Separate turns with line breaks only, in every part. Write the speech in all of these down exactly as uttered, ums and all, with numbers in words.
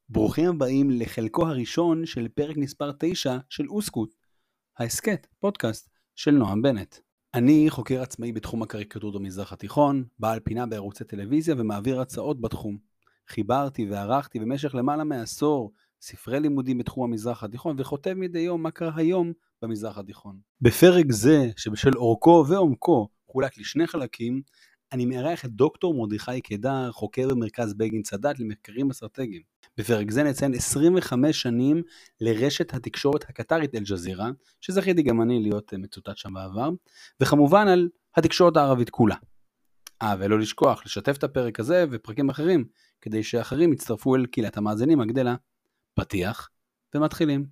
ברוכים הבאים לחלקו הראשון של פרק מספר תשע של אוסקוט, ההסקט, פודקאסט של נועם בנט. אני חוקר עצמאי בתחום הקריקטורות במזרח התיכון, בעל פינה בערוצי טלוויזיה ומעביר הצעות בתחום. חיברתי וערכתי במשך למעלה מעשור ספרי לימודים בתחום המזרח התיכון וכותב מדי יום מה קרה היום במזרח התיכון. בפרק זה, שבשל אורכו ועומקו חולק לשני חלקים, אני מארח את דוקטור מרדכי קדר, חוקר במרכז בגין צד"ל למחקרים אסטרטגיים. בפרק זה נציין עשרים וחמש שנים לרשת התקשורת הקטרית אל-ג'זירה, שזכיתי גם אני להיות מצוטט שם בעבר, וכמובן על התקשורת הערבית כולה. אה, ולא לשכוח, לשתף את הפרק הזה ופרקים אחרים, כדי שאחרים יצטרפו אל קהילת המאזינים הגדלה. פתיח, ומתחילים.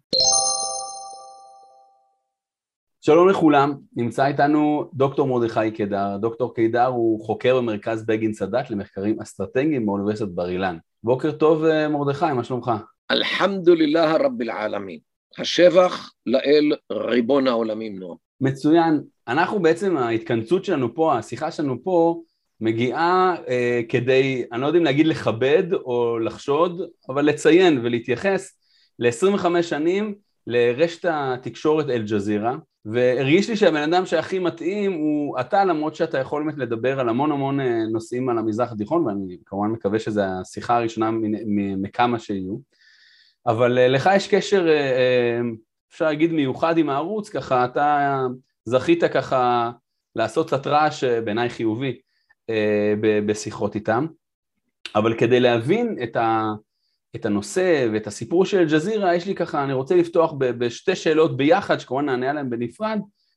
שלום לכולם, נמצא איתנו דוקטור מרדכי קדר. דוקטור קדר הוא חוקר במרכז בגין צד"ל למחקרים אסטרטגיים באוניברסיטת בר אילן. בוקר טוב מרדכי, מה שלומך?
אלחמדולילlah רביל העלמין. השבח לאל ריבון העולמים נועם.
מצוין. אנחנו בעצם, ההתכנסות שלנו פה, השיחה שלנו פה, מגיעה אה, כדי, אני לא יודע אם להגיד לכבד או לחשוד, אבל לציין ולהתייחס ל-עשרים וחמש שנים לרשת התקשורת אל-ג'זירה, והרגיש לי שהבן אדם שהכי מתאים הוא אתה, למרות שאתה יכול באמת לדבר על המון המון נושאים על המזרח התיכון, ואני כמובן מקווה שזו השיחה הראשונה מכמה שיהיו, אבל לך יש קשר, אפשר להגיד מיוחד עם הערוץ, ככה אתה זכית ככה לעשות קצת רעש בעיניי חיובי בשיחות איתם, אבל כדי להבין את ה... את הנושא ואת הסיפור של אל-ג'זירה, יש לי ככה, אני רוצה לפתוח בשתי שאלות ביחד, שכמובן נענה עליהן בנפרד.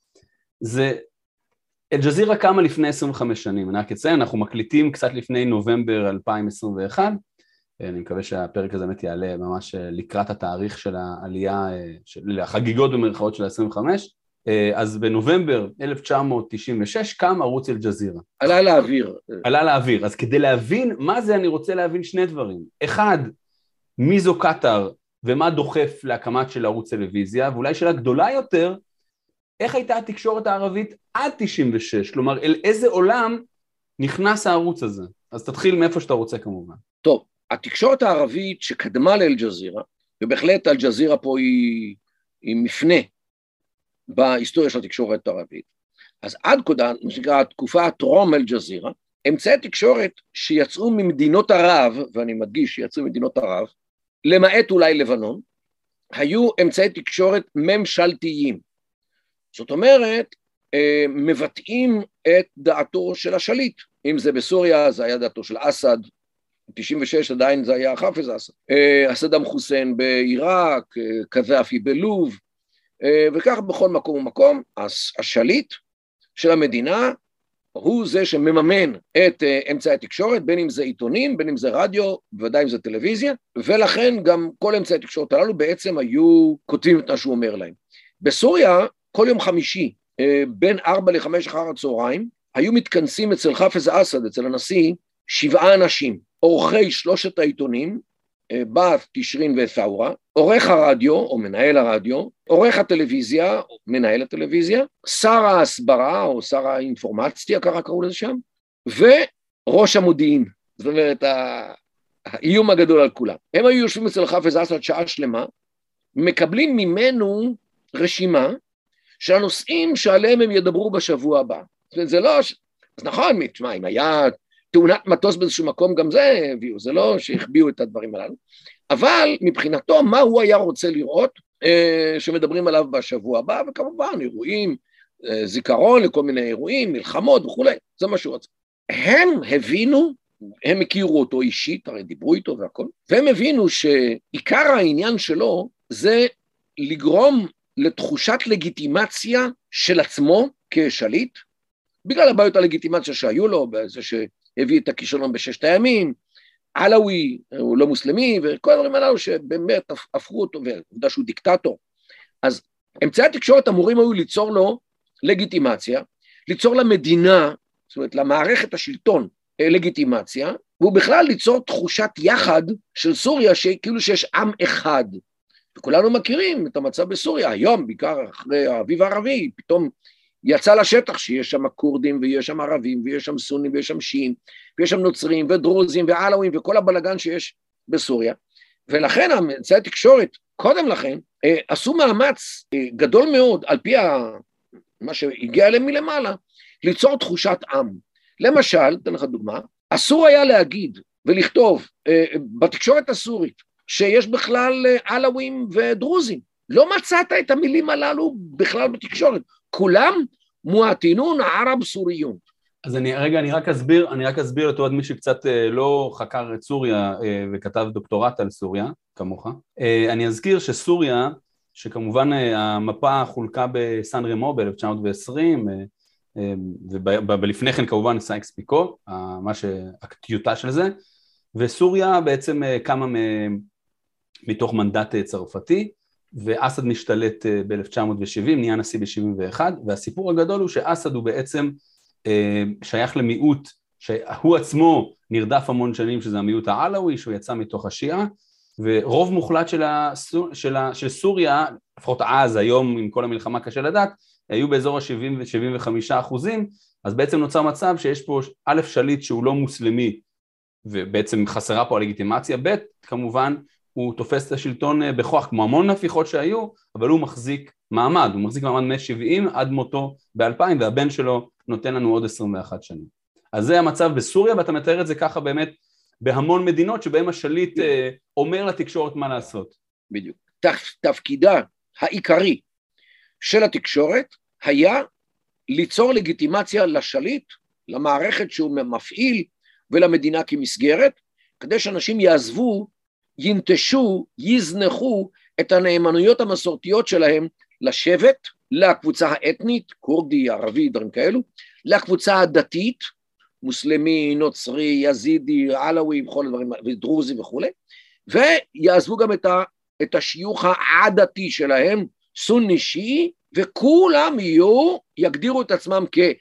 זה, אל-ג'זירה קמה לפני עשרים וחמש שנים, אני רק אציין, אנחנו מקליטים קצת לפני נובמבר אלפיים עשרים ואחת, אני מקווה שהפרק הזה באמת יעלה ממש לקראת התאריך של העלייה, של החגיגות במרכאות של עשרים וחמש, אז בנובמבר אלף תשע מאות תשעים ושש קם ערוץ אל-ג'זירה.
עלה לאוויר.
עלה לאוויר, אז כדי להבין מה זה, אני רוצה להבין שני דברים. אחד, מי זו קטר ומה דוחף להקמת של ערוץ טלוויזיה, ואולי שאלה גדולה יותר, איך הייתה התקשורת הערבית עד תשעים ושש? כלומר, אל איזה עולם נכנס הערוץ הזה? אז תתחיל מאיפה שאתה רוצה כמובן.
טוב, התקשורת הערבית שקדמה לאל-ג'זירה, ובהחלט אל-ג'זירה פה היא, היא מפנה בהיסטוריה של התקשורת הערבית, אז עד קודם, מה שנקרא, התקופה הטרום אל-ג'זירה, אמצעי תקשורת שיצאו ממדינות ערב, ואני מדגיש שיצאו ממדינות ערב, למעט אולי לבנון, היו אמצעי תקשורת ממשלתיים. זאת אומרת, מבטאים את דעתו של השליט. אם זה בסוריה, זה היה דעתו של אסד, תשעים ושש עדיין זה היה חאפז אסד. סדאם חוסיין בעיראק, קדאפי בלוב, וכך בכל מקום ומקום. אז השליט של המדינה, הוא זה שמממן את אמצעי התקשורת, בין אם זה עיתונים, בין אם זה רדיו, בוודאי אם זה טלוויזיה, ולכן גם כל אמצעי התקשורת הללו בעצם היו כותבים את מה שהוא אומר להם. בסוריה, כל יום חמישי, בין ארבע לחמש אחר הצהריים, היו מתכנסים אצל חאפז אסד, אצל הנשיא, שבעה אנשים, עורכי שלושת העיתונים, בת, תשרין ות'אורה, עורך הרדיו או מנהל הרדיו, עורך הטלוויזיה או מנהל הטלוויזיה, שר ההסברה או שר האינפורמציה, ככה קראו לזה שם, וראש המודיעין, זאת אומרת האיום הגדול על כולם. הם היו יושבים אצל חאפז אסד שעה שלמה, מקבלים ממנו רשימה של הנושאים שעליהם הם ידברו בשבוע הבא. זאת אומרת, זה לא, אז נכון, תשמע, אם היה תאונת מטוס באיזשהו מקום, גם זה הביאו, זה לא שהחביאו את הדברים הללו, אבל מבחינתו מה הוא היה רוצה לראות אה, שמדברים עליו בשבוע הבא, וכמובן אירועים, אה, זיכרון לכל מיני אירועים, מלחמות וכו', זה מה שהוא רוצה. הם הבינו, הם הכירו אותו אישית, הרי דיברו איתו והכל, והם הבינו שעיקר העניין שלו זה לגרום לתחושת לגיטימציה של עצמו כשליט, בגלל הבעיות הלגיטימציה שהיו לו, בזה שהביא את הכישלון בששת הימים, עלאווי, הוא לא מוסלמי, וכל הדברים הללו שבאמת הפכו אותו, ועובדה שהוא דיקטטור. אז אמצעי התקשורת אמורים היו ליצור לו לגיטימציה, ליצור למדינה, זאת אומרת למערכת השלטון לגיטימציה, והוא בכלל ליצור תחושת יחד של סוריה, שכאילו שיש עם אחד. וכולנו מכירים את המצב בסוריה, היום בעיקר אחרי האביב הערבי, פתאום יצא לשטח שיש שם קורדים ויש שם ערבים ויש שם סונים ויש שם שיעים ויש שם נוצרים ודרוזים ועלאווים וכל הבלגן שיש בסוריה, ולכן אמצעי התקשורת, קודם לכן, עשו מאמץ גדול מאוד, על פי מה שהגיע אליהם מלמעלה, ליצור תחושת עם. למשל, אתן לך דוגמה, אסור היה להגיד ולכתוב בתקשורת הסורית, שיש בכלל עלווים ודרוזים. לא מצאת את המילים הללו בכלל בתקשורת. כולם מואטינון ערב סוריון.
אז אני, רגע, אני רק אסביר, אני רק אסביר לטובת מי שקצת לא חקר את סוריה וכתב דוקטורט על סוריה, כמוך. אני אזכיר שסוריה, שכמובן המפה חולקה בסן רמו ב-אלף תשע מאות ועשרים, ולפני כן כמובן סייקס פיקו, מה שהטיוטה של זה, וסוריה בעצם קמה מתוך מנדט צרפתי, ואסד משתלט ב-אלף תשע מאות שבעים, נהיה נשיא ב-שבעים ואחת, והסיפור הגדול הוא שאסד הוא בעצם שייך למיעוט, שהוא עצמו נרדף המון שנים, שזה המיעוט העלאווי, שהוא יצא מתוך השיעה, ורוב מוחלט של, הסור, של, ה, של סוריה, לפחות אז, היום עם כל המלחמה קשה לדעת, היו באזור ה-שבעים ו-שבעים וחמישה אחוזים, אז בעצם נוצר מצב שיש פה א' שליט שהוא לא מוסלמי, ובעצם חסרה פה הלגיטימציה, ב' כמובן הוא תופס את השלטון בכוח, כמו המון הפיכות שהיו, אבל הוא מחזיק מעמד, הוא מחזיק מעמד מ-שבעים עד מותו ב-אלפיים, והבן שלו נותן לנו עוד עשרים ואחת שנים. אז זה המצב בסוריה, ואתה מתאר את זה ככה באמת בהמון מדינות, שבהם השליט אה, אומר לתקשורת מה לעשות.
בדיוק. תפקידה העיקרי של התקשורת היה ליצור לגיטימציה לשליט, למערכת שהוא מפעיל, ולמדינה כמסגרת, כדי שאנשים יעזבו, ינטשו, יזנחו את הנאמנויות המסורתיות שלהם לשבט, לקבוצה האתנית, קורדי, ערבי, דברים כאלו, לקבוצה הדתית, מוסלמי, נוצרי, יזידי, עלאווי, בכל הדברים, ודרוזי וכו', ויעזבו גם את, ה, את השיוך העדתי שלהם, סוני שיעי, וכולם יהיו, יגדירו את עצמם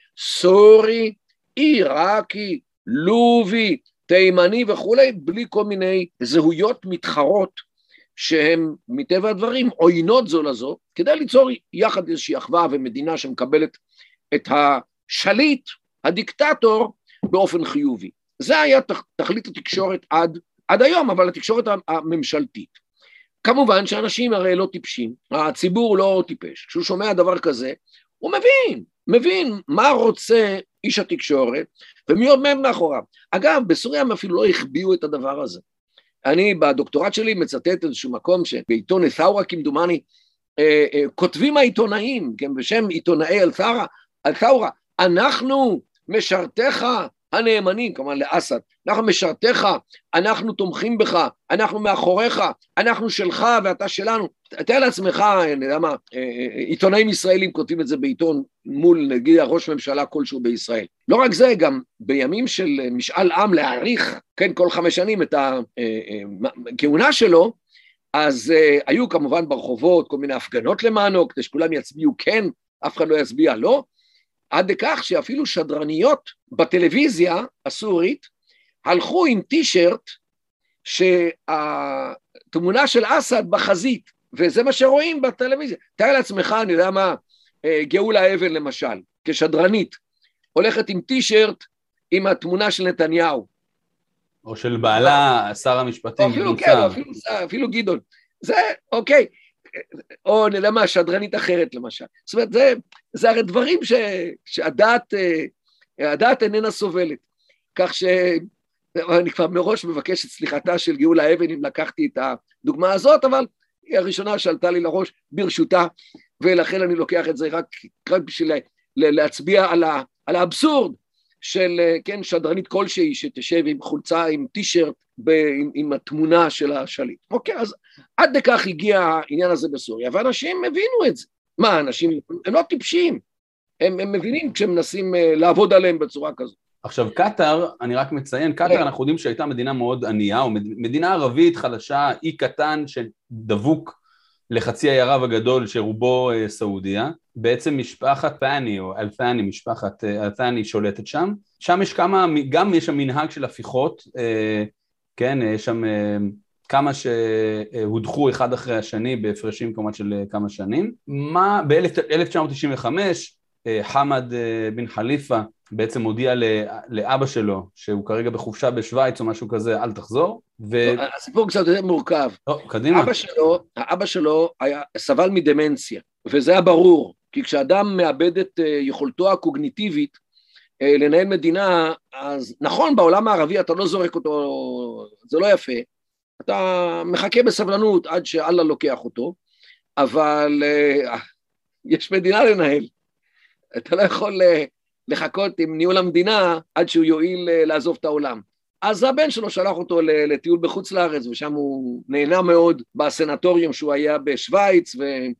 כסורי, עיראקי, לובי, תימני וכו', בלי כל מיני זהויות מתחרות, שהן מטבע הדברים עוינות זו לזו, כדי ליצור יחד איזושהי אחווה ומדינה שמקבלת את השליט, הדיקטטור, באופן חיובי. זה היה תכלית התקשורת עד, עד היום, אבל התקשורת הממשלתית. כמובן שאנשים הרי לא טיפשים, הציבור לא טיפש, כשהוא שומע דבר כזה, הוא מבין, מבין מה רוצה איש התקשורת, ומי עומד מאחוריו. אגב, בסוריה הם אפילו לא החביאו את הדבר הזה. אני בדוקטורט שלי מצטט איזשהו מקום שבעיתון אל-ת'אורה כמדומני, אה, אה, כותבים העיתונאים, כן, בשם עיתונאי אל-ת'אורה, אל-ת'אורה, אנחנו משרתיך הנאמנים, כלומר לאסד, אנחנו משרתיך, אנחנו תומכים בך, אנחנו מאחוריך, אנחנו שלך ואתה שלנו. תאר לעצמך, אני יודע מה, עיתונאים ישראלים כותבים את זה בעיתון מול נגיד ראש ממשלה כלשהו בישראל. לא רק זה, גם בימים של משאל עם להעריך, כן, כל חמש שנים את הכהונה שלו, אז היו כמובן ברחובות כל מיני הפגנות למענו, כדי שכולם יצביעו כן, אף אחד לא יצביע לא, עד כך שאפילו שדרניות בטלוויזיה הסורית הלכו עם טישרט שהתמונה של אסד בחזית, וזה מה שרואים בטלוויזיה. תאר לעצמך, אני יודע מה, גאולה אבן למשל, כשדרנית, הולכת עם טישרט עם התמונה של נתניהו.
או של בעלה, שר המשפטים.
אפילו כן, אפילו, אפילו גדעון. זה, אוקיי. או נלמה, שדרנית אחרת למשל. זאת אומרת, זה, זה הרי דברים ש, שהדעת, הדעת איננה סובלת. כך שאני כבר מראש מבקש את סליחתה של גאולה אבן, אם לקחתי את הדוגמה הזאת, אבל היא הראשונה שעלתה לי לראש ברשותה, ולכן אני לוקח את זה רק, רק בשביל להצביע על, ה, על האבסורד של, כן, שדרנית כלשהי שתשב עם חולצה, עם טישרט, עם, עם התמונה של השליט. אוקיי, אז עד לכך הגיע העניין הזה בסוריה, ואנשים הבינו את זה. מה, אנשים, הם לא טיפשים, הם, הם מבינים כשהם מנסים לעבוד עליהם בצורה כזו.
עכשיו, קטר, אני רק מציין, קטר אנחנו יודעים שהייתה מדינה מאוד ענייה, או מדינה ערבית חלשה, אי קטן שדבוק לחצי הערב הגדול שרובו סעודיה, בעצם משפחת פאני, או אלפני, משפחת אלפני שולטת שם, שם יש כמה, גם יש שם מנהג של הפיכות, כן, יש שם כמה שהודחו אחד אחרי השני, בהפרשים כמובן של כמה שנים. מה, ב-אלף תשע מאות תשעים וחמש, חמד בן חליפה בעצם הודיע לאבא שלו, שהוא כרגע בחופשה בשוויץ או משהו כזה, אל תחזור. ו...
הסיפור קצת יותר מורכב.
לא, קדימה.
אבא שלו, האבא שלו היה, סבל מדמנציה, וזה היה ברור, כי כשאדם מאבד את יכולתו הקוגניטיבית לנהל מדינה, אז נכון, בעולם הערבי אתה לא זורק אותו, זה לא יפה, אתה מחכה בסבלנות עד שאללה לוקח אותו, אבל יש מדינה לנהל, אתה לא יכול לחכות עם ניהול המדינה עד שהוא יועיל לעזוב את העולם. אז הבן שלו שלח אותו לטיול בחוץ לארץ, ושם הוא נהנה מאוד בסנטוריום שהוא היה בשוויץ,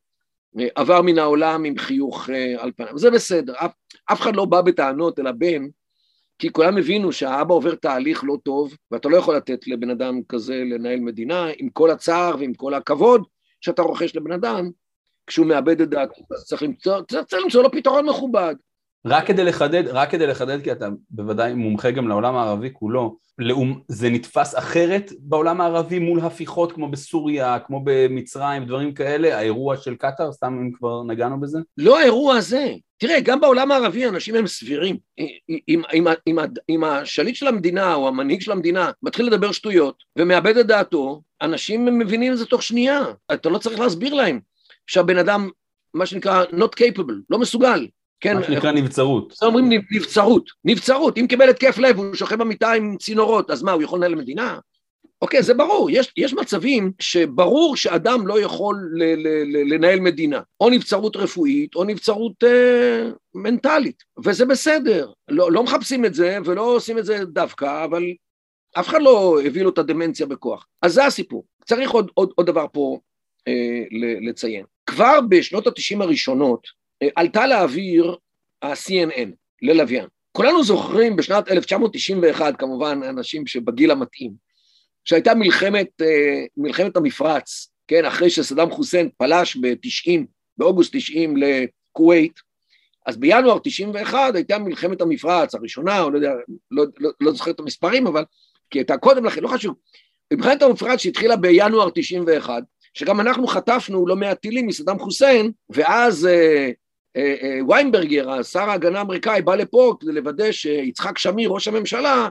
ועבר מן העולם עם חיוך על פניו. זה בסדר, אף, אף אחד לא בא בטענות אל הבן, כי כולם הבינו שהאבא עובר תהליך לא טוב, ואתה לא יכול לתת לבן אדם כזה לנהל מדינה, עם כל הצער ועם כל הכבוד שאתה רוכש לבן אדם, כשהוא מאבד את דעתו, צריך למצוא, צריך למצוא לו פתרון מכובד.
רק כדי לחדד, רק כדי לחדד, כי אתה בוודאי מומחה גם לעולם הערבי כולו, זה נתפס אחרת בעולם הערבי מול הפיכות כמו בסוריה, כמו במצרים, דברים כאלה, האירוע של קטר, סתם אם כבר נגענו בזה?
לא האירוע הזה. תראה, גם בעולם הערבי אנשים הם סבירים. אם, אם, אם, אם השליט של המדינה או המנהיג של המדינה מתחיל לדבר שטויות ומאבד את דעתו, אנשים מבינים את זה תוך שנייה. אתה לא צריך להסביר להם שהבן אדם, מה שנקרא not capable, לא מסוגל.
כן, מה שנקרא נבצרות.
זה אומרים נבצרות, נבצרות, אם קיבל התקף לב, הוא שוכב במיטה עם צינורות, אז מה, הוא יכול לנהל מדינה? אוקיי, זה ברור, יש, יש מצבים שברור שאדם לא יכול ל, ל, ל, לנהל מדינה, או נבצרות רפואית, או נבצרות אה, מנטלית, וזה בסדר, לא, לא מחפשים את זה, ולא עושים את זה דווקא, אבל אף אחד לא הביא לו את הדמנציה בכוח. אז זה הסיפור. צריך עוד, עוד, עוד דבר פה אה, לציין. כבר בשנות ה-תשעים הראשונות, עלתה לאוויר ה-סי אן אן, ללוויין. כולנו זוכרים בשנת אלף תשע מאות תשעים ואחת, כמובן אנשים שבגיל המתאים, שהייתה מלחמת, מלחמת המפרץ, כן, אחרי שסדאם חוסיין פלש ב-תשעים, באוגוסט תשעים לכווית, אז בינואר תשעים ואחת הייתה מלחמת המפרץ הראשונה, או לא יודע, לא, לא, לא זוכר את המספרים, אבל כי הייתה קודם לכן, לא חשוב, מלחמת המפרץ שהתחילה בינואר תשעים ואחת, שגם אנחנו חטפנו לא מעט טילים מסדאם חוסיין, ואז אה, אה, אה, ויינברגר, שר ההגנה האמריקאי, בא לפה כדי לוודא שיצחק שמיר, ראש הממשלה,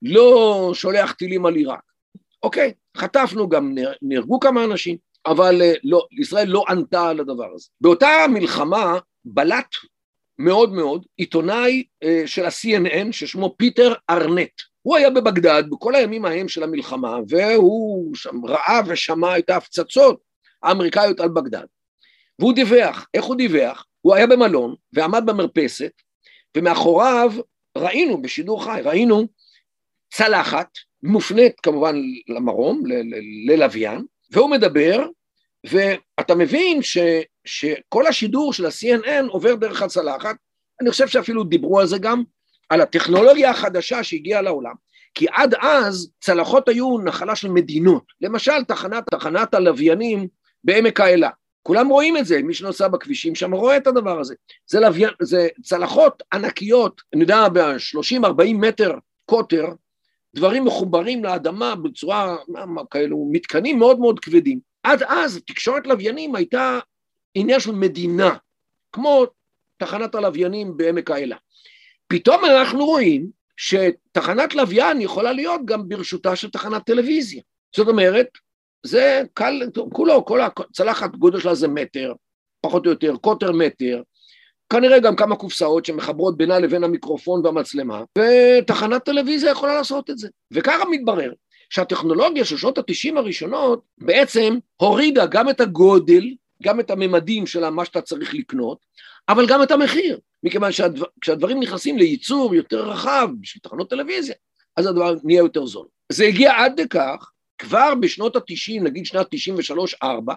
לא שולח טילים על עיראק. אוקיי, חטפנו, גם נהרגו כמה אנשים, אבל אה, לא, ישראל לא ענתה על הדבר הזה. באותה מלחמה בלט מאוד מאוד עיתונאי אה, של ה-סי אן אן, ששמו פיטר ארנט. הוא היה בבגדד בכל הימים ההם של המלחמה, והוא שם ראה ושמע את ההפצצות האמריקאיות על בגדד. והוא דיווח. איך הוא דיווח? הוא היה במלון ועמד במרפסת, ומאחוריו ראינו בשידור חי, ראינו צלחת, מופנית כמובן למרום, ללוויין, והוא מדבר, ואתה מבין ש, שכל השידור של ה-סי אן אן עובר דרך הצלחת, אני חושב שאפילו דיברו על זה גם, על הטכנולוגיה החדשה שהגיעה לעולם, כי עד אז צלחות היו נחלה של מדינות, למשל תחנת, תחנת הלוויינים בעמק האלה, כולם רואים את זה, מי שנוסע בכבישים שם רואה את הדבר הזה, זה, לוויין, זה צלחות ענקיות, אני יודע, ב-שלושים ארבעים מטר קוטר, דברים מחוברים לאדמה בצורה כאלו, מתקנים מאוד מאוד כבדים, עד אז תקשורת לוויינים הייתה עניין של מדינה, כמו תחנת הלוויינים בעמק האלה, פתאום אנחנו רואים שתחנת לוויין יכולה להיות גם ברשותה של תחנת טלוויזיה. זאת אומרת, זה קל, כולו, כל הצלחת גודל שלה זה מטר, פחות או יותר, קוטר מטר, כנראה גם כמה קופסאות שמחברות בינה לבין המיקרופון והמצלמה, ותחנת טלוויזיה יכולה לעשות את זה. וככה מתברר שהטכנולוגיה של שנות ה-תשעים הראשונות בעצם הורידה גם את הגודל, גם את הממדים של מה שאתה צריך לקנות, אבל גם את המחיר. מכיוון שכשהדברים נכנסים לייצור יותר רחב בשביל תחנות טלוויזיה, אז הדבר נהיה יותר זול. זה הגיע עד לכך, כבר בשנות ה-תשעים, נגיד שנת תשעים ושלוש ארבע,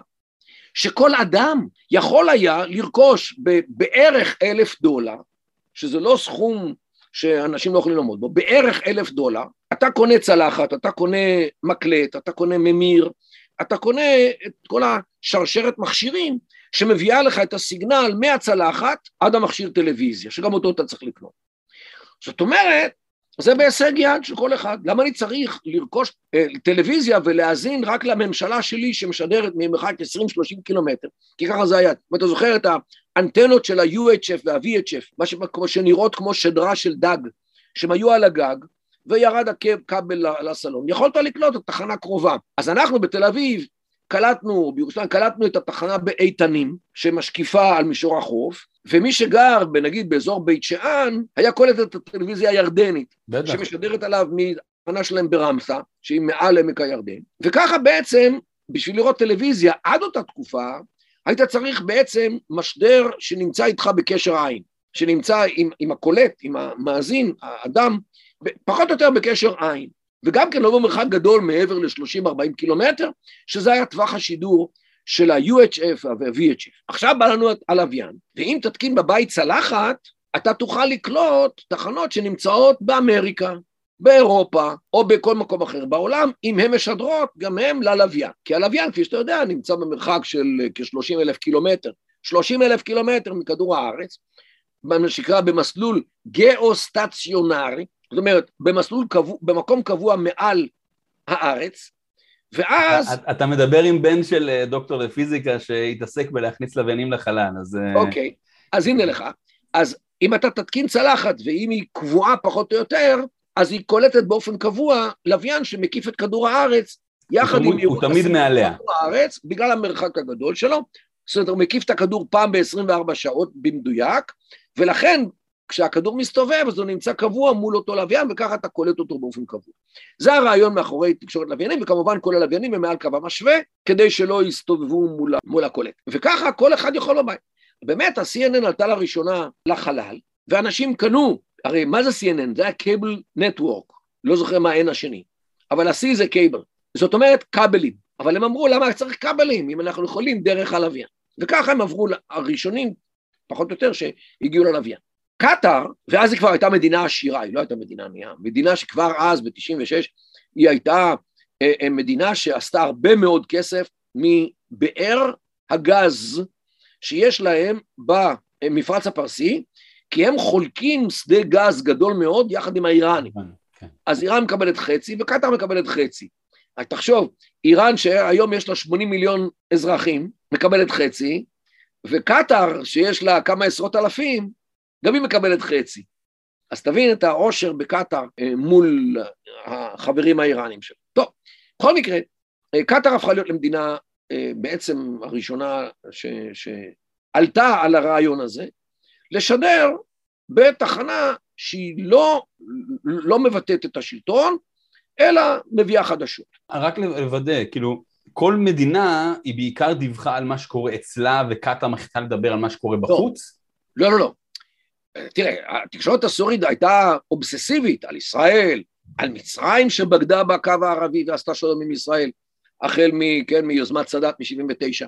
שכל אדם יכול היה לרכוש בערך אלף דולר, שזה לא סכום שאנשים לא יכולים לעמוד בו, בערך אלף דולר, אתה קונה צלחת, אתה קונה מקלט, אתה קונה ממיר, אתה קונה את כל השרשרת מכשירים, שמביאה לך את הסיגנל מהצלחת עד המכשיר טלוויזיה, שגם אותו אתה צריך לקנות. זאת אומרת, זה בהישג יד של כל אחד. למה אני צריך לרכוש אה, טלוויזיה ולהאזין רק לממשלה שלי שמשדרת ממרחק עשרים שלושים קילומטר? כי ככה זה היה. ואתה זוכר את האנטנות של ה-יו אייץ' אף וה-וי אייץ' אף, מה ש... שנראות כמו שדרה של דג, שהם היו על הגג, וירד הכבל לסלון. יכולת לקלוט את התחנה קרובה. אז אנחנו בתל אביב קלטנו, בירושלים קלטנו את התחנה באיתנים, שמשקיפה על מישור החוף, ומי שגר, נגיד, באזור בית שאן, היה קולט את הטלוויזיה הירדנית, בטח. שמשדרת עליו מתחנה שלהם ברמסה, שהיא מעל עמק הירדן, וככה בעצם, בשביל לראות טלוויזיה עד אותה תקופה, היית צריך בעצם משדר שנמצא איתך בקשר עין, שנמצא עם, עם הקולט, עם המאזין, האדם, פחות או יותר בקשר עין, וגם כן לא במרחק גדול מעבר ל-שלושים ארבעים קילומטר, שזה היה טווח השידור של ה-יו אייץ' אף וה-וי אייץ' אף. עכשיו בא לנו הלוויין, ואם תתקין בבית צלחת, אתה תוכל לקלוט תחנות שנמצאות באמריקה, באירופה, או בכל מקום אחר בעולם, אם הן משדרות גם הם ללוויין. כי הלוויין, כפי שאתה יודע, נמצא במרחק של כ-שלושים אלף קילומטר, שלושים אלף קילומטר מכדור הארץ, מה שנקרא במסלול גיאוסטציונרי, זאת אומרת, במסלול קבוע, במקום קבוע מעל הארץ, ואז...
אתה מדבר עם בן של דוקטור לפיזיקה שהתעסק בלהכניס לוויינים לחלל, אז...
אוקיי, אז הנה לך. אז אם אתה תתקין צלחת, ואם היא קבועה פחות או יותר, אז היא קולטת באופן קבוע לוויין שמקיף את כדור הארץ, יחד עם...
הוא תמיד מעליה.
כדור הארץ, בגלל המרחק הגדול שלו, זאת אומרת, הוא מקיף את הכדור פעם ב-עשרים וארבע שעות במדויק, ולכן, כשהכדור מסתובב, אז הוא נמצא קבוע מול אותו לוויין, וככה אתה קולט אותו באופן קבוע. זה הרעיון מאחורי תקשורת לוויינים, וכמובן כל הלוויינים הם מעל קו המשווה, כדי שלא יסתובבו מול, מול הקולט. וככה כל אחד יכול בבית. באמת, ה-סי אן אן עלתה לראשונה לחלל, ואנשים קנו, הרי מה זה סי אן אן? זה היה קייבל נטוורק, לא זוכר מה אין השני, אבל ה-C זה קייבל, זאת אומרת כבלים, אבל הם אמרו למה צריך כבלים, אם אנחנו יכולים דרך הלוויין, וככה הם עברו הראשונים, פחות או יותר, שהגיעו ללוויין. קטר, ואז היא כבר הייתה מדינה עשירה, היא לא הייתה מדינה ענייה, מדינה שכבר אז ב-תשעים ושש, היא הייתה אה, מדינה שעשתה הרבה מאוד כסף מבאר הגז שיש להם במפרץ הפרסי, כי הם חולקים שדה גז גדול מאוד יחד עם האיראנים. Okay. אז איראן מקבלת חצי וקטר מקבלת חצי. אז תחשוב, איראן שהיום יש לה שמונים מיליון אזרחים, מקבלת חצי, וקטר שיש לה כמה עשרות אלפים, גם היא מקבלת חצי. אז תבין את העושר בקטר מול החברים האיראנים שלו. טוב, בכל מקרה, קטר הפכה להיות למדינה בעצם הראשונה ש, שעלתה על הרעיון הזה, לשדר בתחנה שהיא לא, לא מבטאת את השלטון, אלא מביאה חדשות.
רק לוודא, כאילו, כל מדינה היא בעיקר דיווחה על מה שקורה אצלה, וקטר מחליטה לדבר על מה שקורה בחוץ?
לא, לא, לא. תראה, התקשורת הסורית הייתה אובססיבית על ישראל, על מצרים שבגדה בקו הערבי ועשתה שלום עם ישראל, החל מ, כן, מיוזמת סאדאת מ-שבעים ותשע.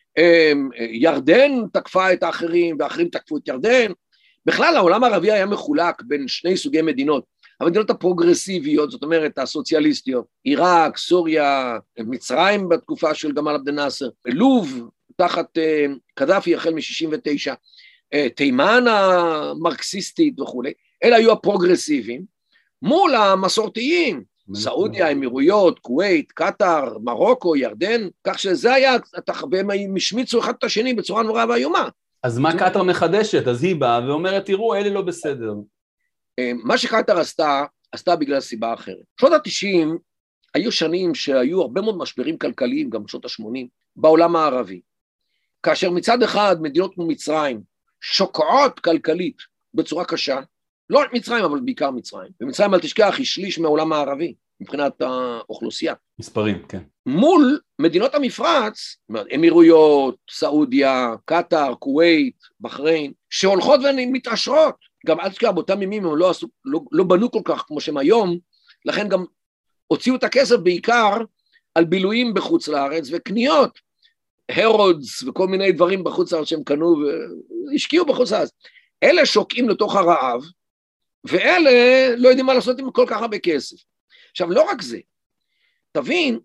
ירדן תקפה את האחרים, ואחרים תקפו את ירדן. בכלל, העולם הערבי היה מחולק בין שני סוגי מדינות. המדינות הפרוגרסיביות, זאת אומרת, הסוציאליסטיות, עיראק, סוריה, מצרים בתקופה של גמל עבד אל-נאצר, לוב, תחת קדאפי החל מ-שישים ותשע, תימן המרקסיסטית וכו', אלה היו הפרוגרסיביים, מול המסורתיים, סעודיה, אמירויות, כווית, קטר, מרוקו, ירדן, כך שזה היה, והם השמיצו אחד את השני בצורה נורא ואיומה.
אז מה קטר מחדשת? אז היא באה ואומרת, תראו, אלה לא בסדר.
מה שקטר עשתה, עשתה בגלל סיבה אחרת. שנות ה-תשעים היו שנים שהיו הרבה מאוד משברים כלכליים, גם בשנות ה-שמונים, בעולם הערבי. כאשר מצד אחד מדינות כמו מצרים שוקעות כלכלית בצורה קשה, לא רק מצרים, אבל בעיקר מצרים. ומצרים, אל תשכח, היא שליש מהעולם הערבי, מבחינת האוכלוסייה.
מספרים, כן.
מול מדינות המפרץ, אמירויות, סעודיה, קטר, כווית, בחריין, שהולכות ומתעשרות. גם אל תשכח, באותם ימים הם לא, עשו, לא, לא בנו כל כך כמו שהם היום, לכן גם הוציאו את הכסף בעיקר על בילויים בחוץ לארץ וקניות, הרודס וכל מיני דברים בחוץ לארץ שהם קנו והשקיעו בחוץ לארץ. אלה שוקעים לתוך הרעב, ואלה לא יודעים מה לעשות עם כל כך הרבה כסף. עכשיו, לא רק זה, תבין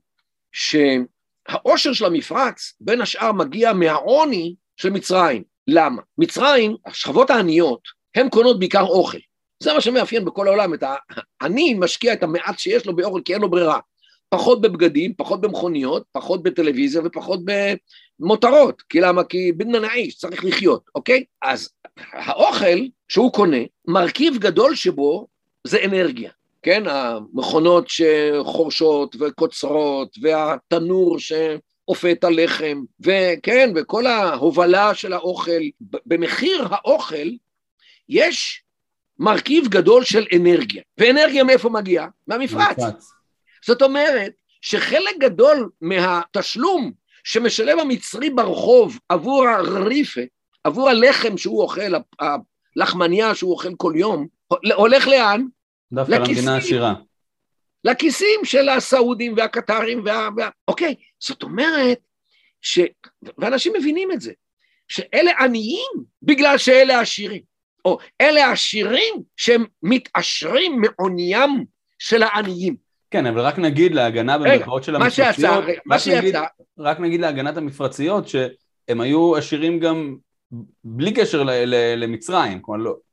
שהאושר של המפרץ בין השאר מגיע מהעוני של מצרים. למה? מצרים, השכבות העניות, הן קונות בעיקר אוכל. זה מה שמאפיין בכל העולם, את ה... אני משקיע את המעט שיש לו באוכל, כי אין לו ברירה. פחות בבגדים, פחות במכוניות, פחות בטלוויזיה ופחות במותרות. כי למה? כי בן נעיש, צריך לחיות, אוקיי? אז האוכל שהוא קונה, מרכיב גדול שבו זה אנרגיה. כן, המכונות שחורשות וקוצרות, והתנור שאופה את הלחם, וכן, וכל ההובלה של האוכל, במחיר האוכל יש מרכיב גדול של אנרגיה, ואנרגיה מאיפה מגיעה? מהמפרץ. זאת אומרת, שחלק גדול מהתשלום שמשלם המצרי ברחוב עבור הרריפה, עבור הלחם שהוא אוכל, הלחמניה שהוא אוכל כל יום, הולך לאן?
דווקא למדינה עשירה.
לכיסים של הסעודים והקטרים, וה... וה... אוקיי, זאת אומרת, ש... ואנשים מבינים את זה, שאלה עניים בגלל שאלה עשירים, או אלה עשירים שהם מתעשרים מעוניים של העניים.
כן, אבל רק נגיד להגנה במרכאות של המפרציות,
מה שיצא,
רק נגיד להגנת המפרציות, שהם היו עשירים גם בלי קשר למצרים, כלומר לא.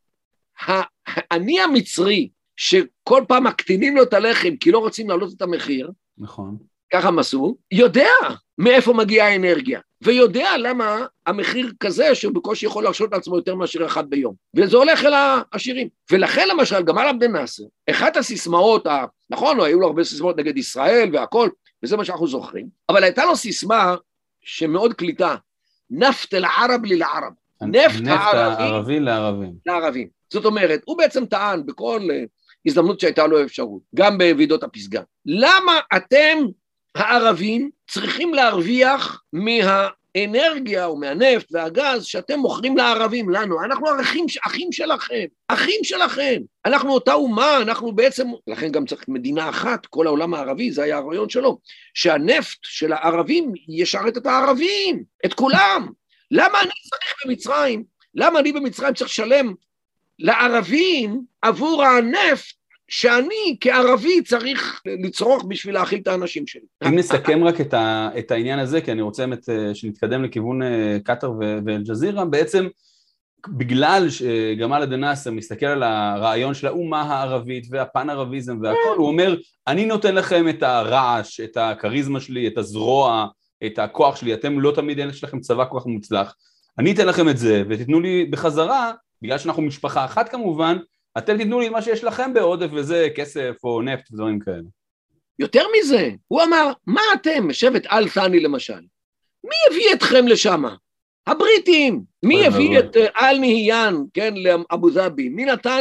העני המצרי, שכל פעם מקטינים לו את הלחם, כי לא רוצים להעלות את המחיר,
נכון.
ככה הם עשו, יודע מאיפה מגיעה האנרגיה, ויודע למה המחיר כזה, שהוא בקושי יכול להרשות לעצמו יותר מאשר אחד ביום, וזה הולך אל העשירים. ולכן למשל, גמל עבד אל-נאצר, אחת הסיסמאות, נכון, היו לו הרבה סיסמאות נגד ישראל והכל, וזה מה שאנחנו זוכרים, אבל הייתה לו סיסמה שמאוד קליטה, נפט אל-ערב ללערב,
נפט הערבי לערבים.
לערבים. זאת אומרת, הוא בעצם טען בכל הזדמנות שהייתה לו אפשרות, גם בוועידות הפסגה. למה אתם הערבים צריכים להרוויח מהאנרגיה או מהנפט והגז שאתם מוכרים לערבים, לנו? אנחנו אחים, אחים שלכם, אחים שלכם. אנחנו אותה אומה, אנחנו בעצם, לכן גם צריך מדינה אחת, כל העולם הערבי, זה היה הרעיון שלו, שהנפט של הערבים ישרת את הערבים, את כולם. למה אני צריך במצרים? למה אני במצרים צריך לשלם לערבים עבור הנפט שאני כערבי צריך לצרוך בשביל להאכיל את האנשים שלי?
אם נסכם רק את, ה, את העניין הזה, כי אני רוצה באמת שנתקדם לכיוון קטר ואל-ג'זירה, בעצם בגלל שגמל עבד אל-נאצר מסתכל על הרעיון של האומה הערבית והפן-ערביזם והכל, הוא אומר, אני נותן לכם את הרעש, את הכריזמה שלי, את הזרוע, את הכוח שלי, אתם לא תמיד אין לכם צבא כל כך מוצלח, אני אתן לכם את זה ותתנו לי בחזרה, בגלל שאנחנו משפחה אחת כמובן, אתם תתנו לי מה שיש לכם בעודף, וזה כסף או נפט ודברים כאלה.
יותר מזה, הוא אמר, מה אתם, שבט אל ת'אני למשל, מי הביא אתכם לשם? הבריטים. מי הביא את אל נהיין, כן, לאבו דאבי? מי נתן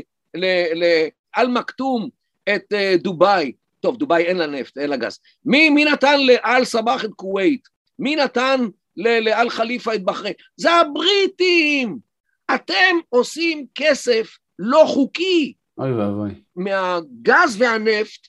לאל מקטום את דובאי? טוב, דובאי אין לה נפט, אין לה גז. מי, מי נתן לאל סבח את כווית? מי נתן לאל חליפה את בחריין? זה הבריטים. אתם עושים כסף לא חוקי.
אוי ואבוי.
מהגז והנפט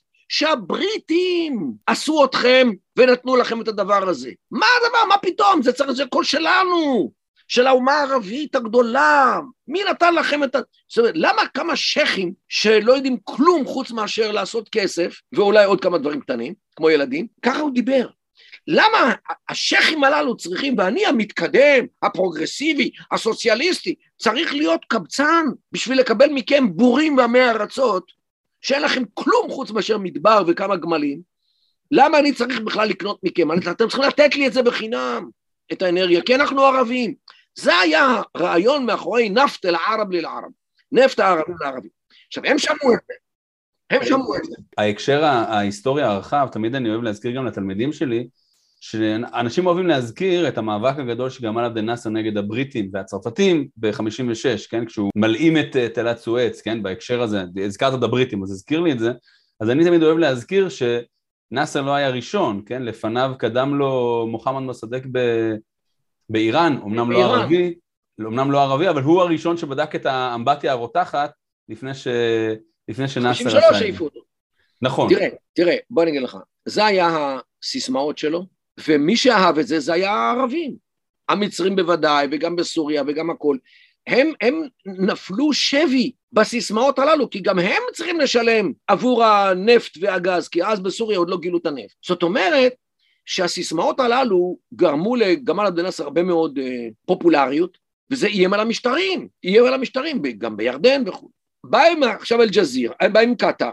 שהבריטים עשו אתכם ונתנו לכם את הדבר הזה. מה הדבר? מה פתאום? זה צריך, זה כל שלנו, של האומה הערבית הגדולה. מי נתן לכם את ה... זאת אומרת, למה כמה שכים שלא יודעים כלום חוץ מאשר לעשות כסף, ואולי עוד כמה דברים קטנים, כמו ילדים, ככה הוא דיבר. למה השכים הללו צריכים, ואני המתקדם, הפרוגרסיבי, הסוציאליסטי, צריך להיות קבצן בשביל לקבל מכם בורים ועמי ארצות, שאין לכם כלום חוץ מאשר מדבר וכמה גמלים? למה אני צריך בכלל לקנות מכם? אתם צריכים לתת לי את זה בחינם, את האנרגיה, כי אנחנו ערבים. זה היה רעיון מאחורי נפט אל-ערב ללערב, נפט הערבים לערבים. עכשיו, הם שמעו את זה. הם שמעו את זה.
ההקשר ההיסטוריה הרחב, תמיד אני אוהב להזכיר גם לתלמידים שלי, שאנשים אוהבים להזכיר את המאבק הגדול שגמל עבד אל-נאצר נגד הבריטים והצרפתים ב-חמישים ושש, כן? כשהוא מלאים את תעלת סואץ, כן? בהקשר הזה, הזכרת את הבריטים, אז הזכיר לי את זה, אז אני תמיד אוהב להזכיר שנאצר לא היה ראשון, כן? לפניו קדם לו מוחמד מוסדק ב- באיראן, אמנם לא ערבי, אמנם לא ערבי, אבל הוא הראשון שבדק את האמבטיה הרותחת לפני ש... לפני שנאצר עשה את זה. נכון.
תראה, תראה, בוא נגיד לך, זה היה הסיסמאות שלו, ומי שאהב את זה, זה היה הערבים. המצרים בוודאי, וגם בסוריה, וגם הכל. הם, הם נפלו שבי בסיסמאות הללו, כי גם הם צריכים לשלם עבור הנפט והגז, כי אז בסוריה עוד לא גילו את הנפט. זאת אומרת, שהסיסמאות הללו גרמו לגמל עבד אל-נאצר הרבה מאוד uh, פופולריות, וזה איים על המשטרים, איים על המשטרים, גם בירדן וכו'. באים עכשיו אל-ג'זירה, באים קטר,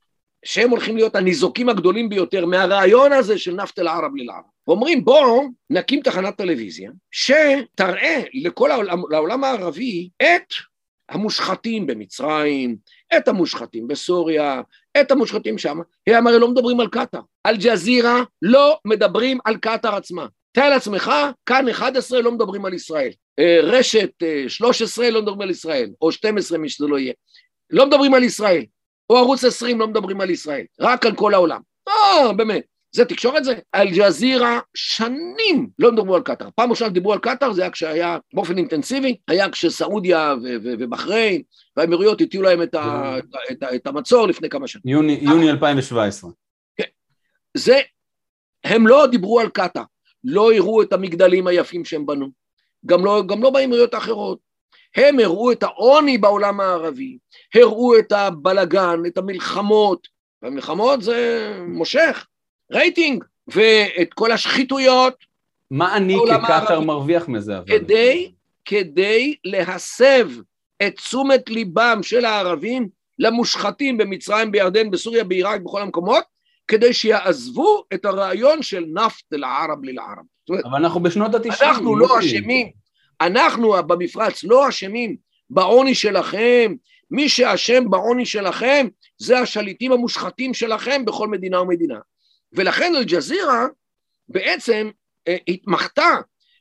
שהם הולכים להיות הניזוקים הגדולים ביותר מהרעיון הזה של נפט אל-ערב ללערב. ואומרים בואו נקים תחנת טלוויזיה שתראה לכל העולם, לעולם הערבי את המושחתים במצרים, את המושחתים בסוריה, את המושחתים שם. הם הרי לא מדברים על קטר. אל-ג'זירה לא מדברים על קטר עצמה. תאר לעצמך, כאן אחת עשרה לא מדברים על ישראל. רשת שלוש עשרה לא מדברים על ישראל, או שתים עשרה מי שזה לא יהיה. לא מדברים על ישראל. או ערוץ עשרים לא מדברים על ישראל, רק על כל העולם. אה, באמת, זה תקשורת זה. אל-ג'זירה שנים לא מדברו על קטר. פעם ראשונה דיברו על קטר, זה היה כשהיה באופן אינטנסיבי, היה כשסעודיה ובחריין והאמירויות הטיעו להם את, ה, את, ה, את המצור לפני כמה שנים.
יוני, יוני אלפיים שבע עשרה.
כן. זה, הם לא דיברו על קטר, לא הראו את המגדלים היפים שהם בנו, גם לא, גם לא באמירויות האחרות. הם הראו את העוני בעולם הערבי, הראו את הבלגן, את המלחמות, והמלחמות זה מושך, רייטינג, ואת כל השחיתויות.
מה אני כקטר מרוויח מזה?
כדי, כדי להסב את תשומת ליבם של הערבים למושחתים במצרים, בירדן, בסוריה, בעיראק, בכל המקומות, כדי שיעזבו את הרעיון של נפט אל-ערב ללערב.
אבל אנחנו בשנות ה-תשעים.
אנחנו לא אשמים. אנחנו במפרץ לא אשמים בעוני שלכם, מי שאשם בעוני שלכם זה השליטים המושחתים שלכם בכל מדינה ומדינה. ולכן אל-ג'זירה בעצם אה, התמחתה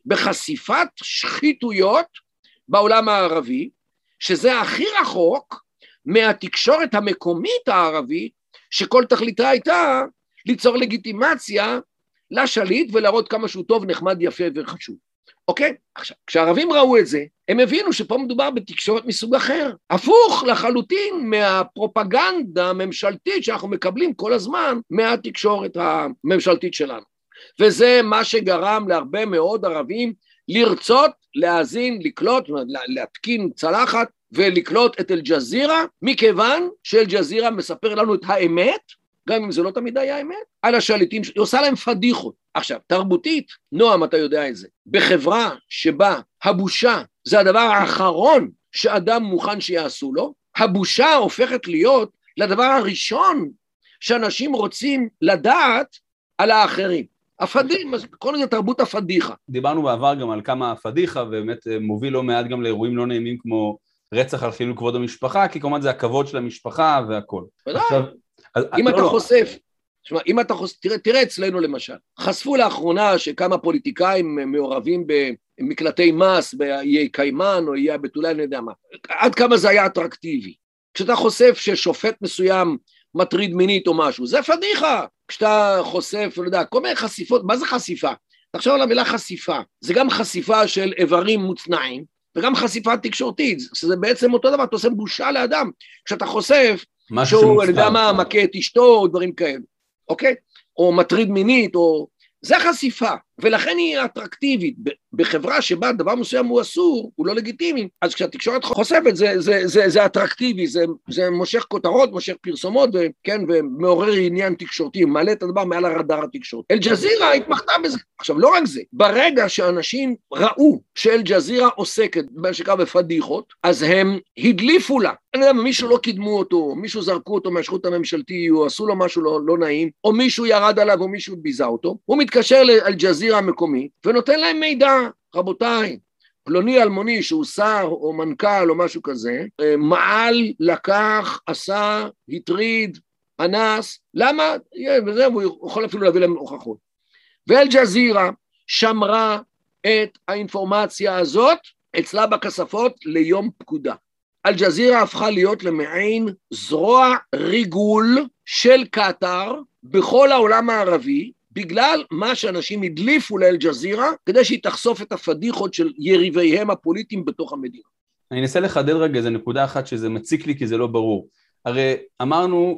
בחשיפת שחיתויות בעולם הערבי, שזה הכי רחוק מהתקשורת המקומית הערבית, שכל תכליתה הייתה ליצור לגיטימציה לשליט ולהראות כמה שהוא טוב, נחמד, יפה וחשוב. אוקיי? עכשיו, כשהערבים ראו את זה, הם הבינו שפה מדובר בתקשורת מסוג אחר, הפוך לחלוטין מהפרופגנדה הממשלתית שאנחנו מקבלים כל הזמן מהתקשורת הממשלתית שלנו. וזה מה שגרם להרבה מאוד ערבים לרצות, להאזין, לקלוט, להתקין צלחת ולקלוט את אל-ג'זירה, מכיוון שאל-ג'זירה מספר לנו את האמת, גם אם זה לא תמיד היה האמת, על השליטים, היא עושה להם פדיחות. עכשיו, תרבותית, נועם, אתה יודע את זה, בחברה שבה הבושה זה הדבר האחרון שאדם מוכן שיעשו לו, הבושה הופכת להיות לדבר הראשון שאנשים רוצים לדעת על האחרים. הפדיחה, קוראים לזה תרבות הפדיחה.
דיברנו בעבר גם על כמה הפדיחה, ובאמת מוביל לא מעט גם לאירועים לא נעימים כמו רצח על חילול כבוד המשפחה, כי כמובן זה הכבוד של המשפחה והכל. עכשיו,
אם אתה חושף, אם אתה חושף, תראה, תראה אצלנו למשל, חשפו לאחרונה שכמה פוליטיקאים מעורבים במקלטי מס, באיי קיימן או איי הבתולה, אני יודע מה, עד כמה זה היה אטרקטיבי. כשאתה חושף ששופט מסוים מטריד מינית או משהו, זה פדיחה. כשאתה חושף, לא יודע, כל מיני חשיפות, מה זה חשיפה? תחשוב על המילה חשיפה, זה גם חשיפה של איברים מוצנעים, וגם חשיפה תקשורתית, שזה בעצם אותו דבר, אתה עושה בושה לאדם, כשאתה חושף, שהוא, אני יודע מה, מכה את אשתו, או דברים כאלה, אוקיי? או מטריד מינית, או... זה חשיפה, ולכן היא אטרקטיבית, בחברה שבה דבר מסוים הוא אסור, הוא לא לגיטימי, אז כשהתקשורת חושפת, זה, זה, זה, זה אטרקטיבי, זה, זה מושך כותרות, מושך פרסומות, וכן, ומעורר עניין תקשורתי, מעלה את הדבר מעל הרדאר התקשורת. אל-ג'זירה התמחתה בזה. עכשיו, לא רק זה, ברגע שאנשים ראו שאל-ג'זירה עוסקת, בין שקרה בפדיחות, אז הם הדליפו לה. אני יודע, מישהו לא קידמו אותו, מישהו זרקו אותו מהשירות הממשלתי, או עשו לו משהו לא, לא נעים, או מישהו ירד עליו, או מישהו ביזה אותו, הוא מתקשר לאל-ג'זירה המקומית, ונותן להם מידע, רבותיי, פלוני אלמוני שהוא שר או מנכ"ל או משהו כזה, מעל, לקח, עשה, הטריד, אנס, למה? וזה, הוא יכול אפילו להביא להם הוכחות. ואל-ג'זירה שמרה את האינפורמציה הזאת אצלה בכספות ליום פקודה. אל-ג'זירה הפכה להיות למעין זרוע ריגול של קטר בכל העולם הערבי, בגלל מה שאנשים הדליפו לאל-ג'זירה, כדי שהיא תחשוף את הפדיחות של יריביהם הפוליטיים בתוך המדינה.
אני אנסה לחדד רגע איזה נקודה אחת שזה מציק לי כי זה לא ברור. הרי אמרנו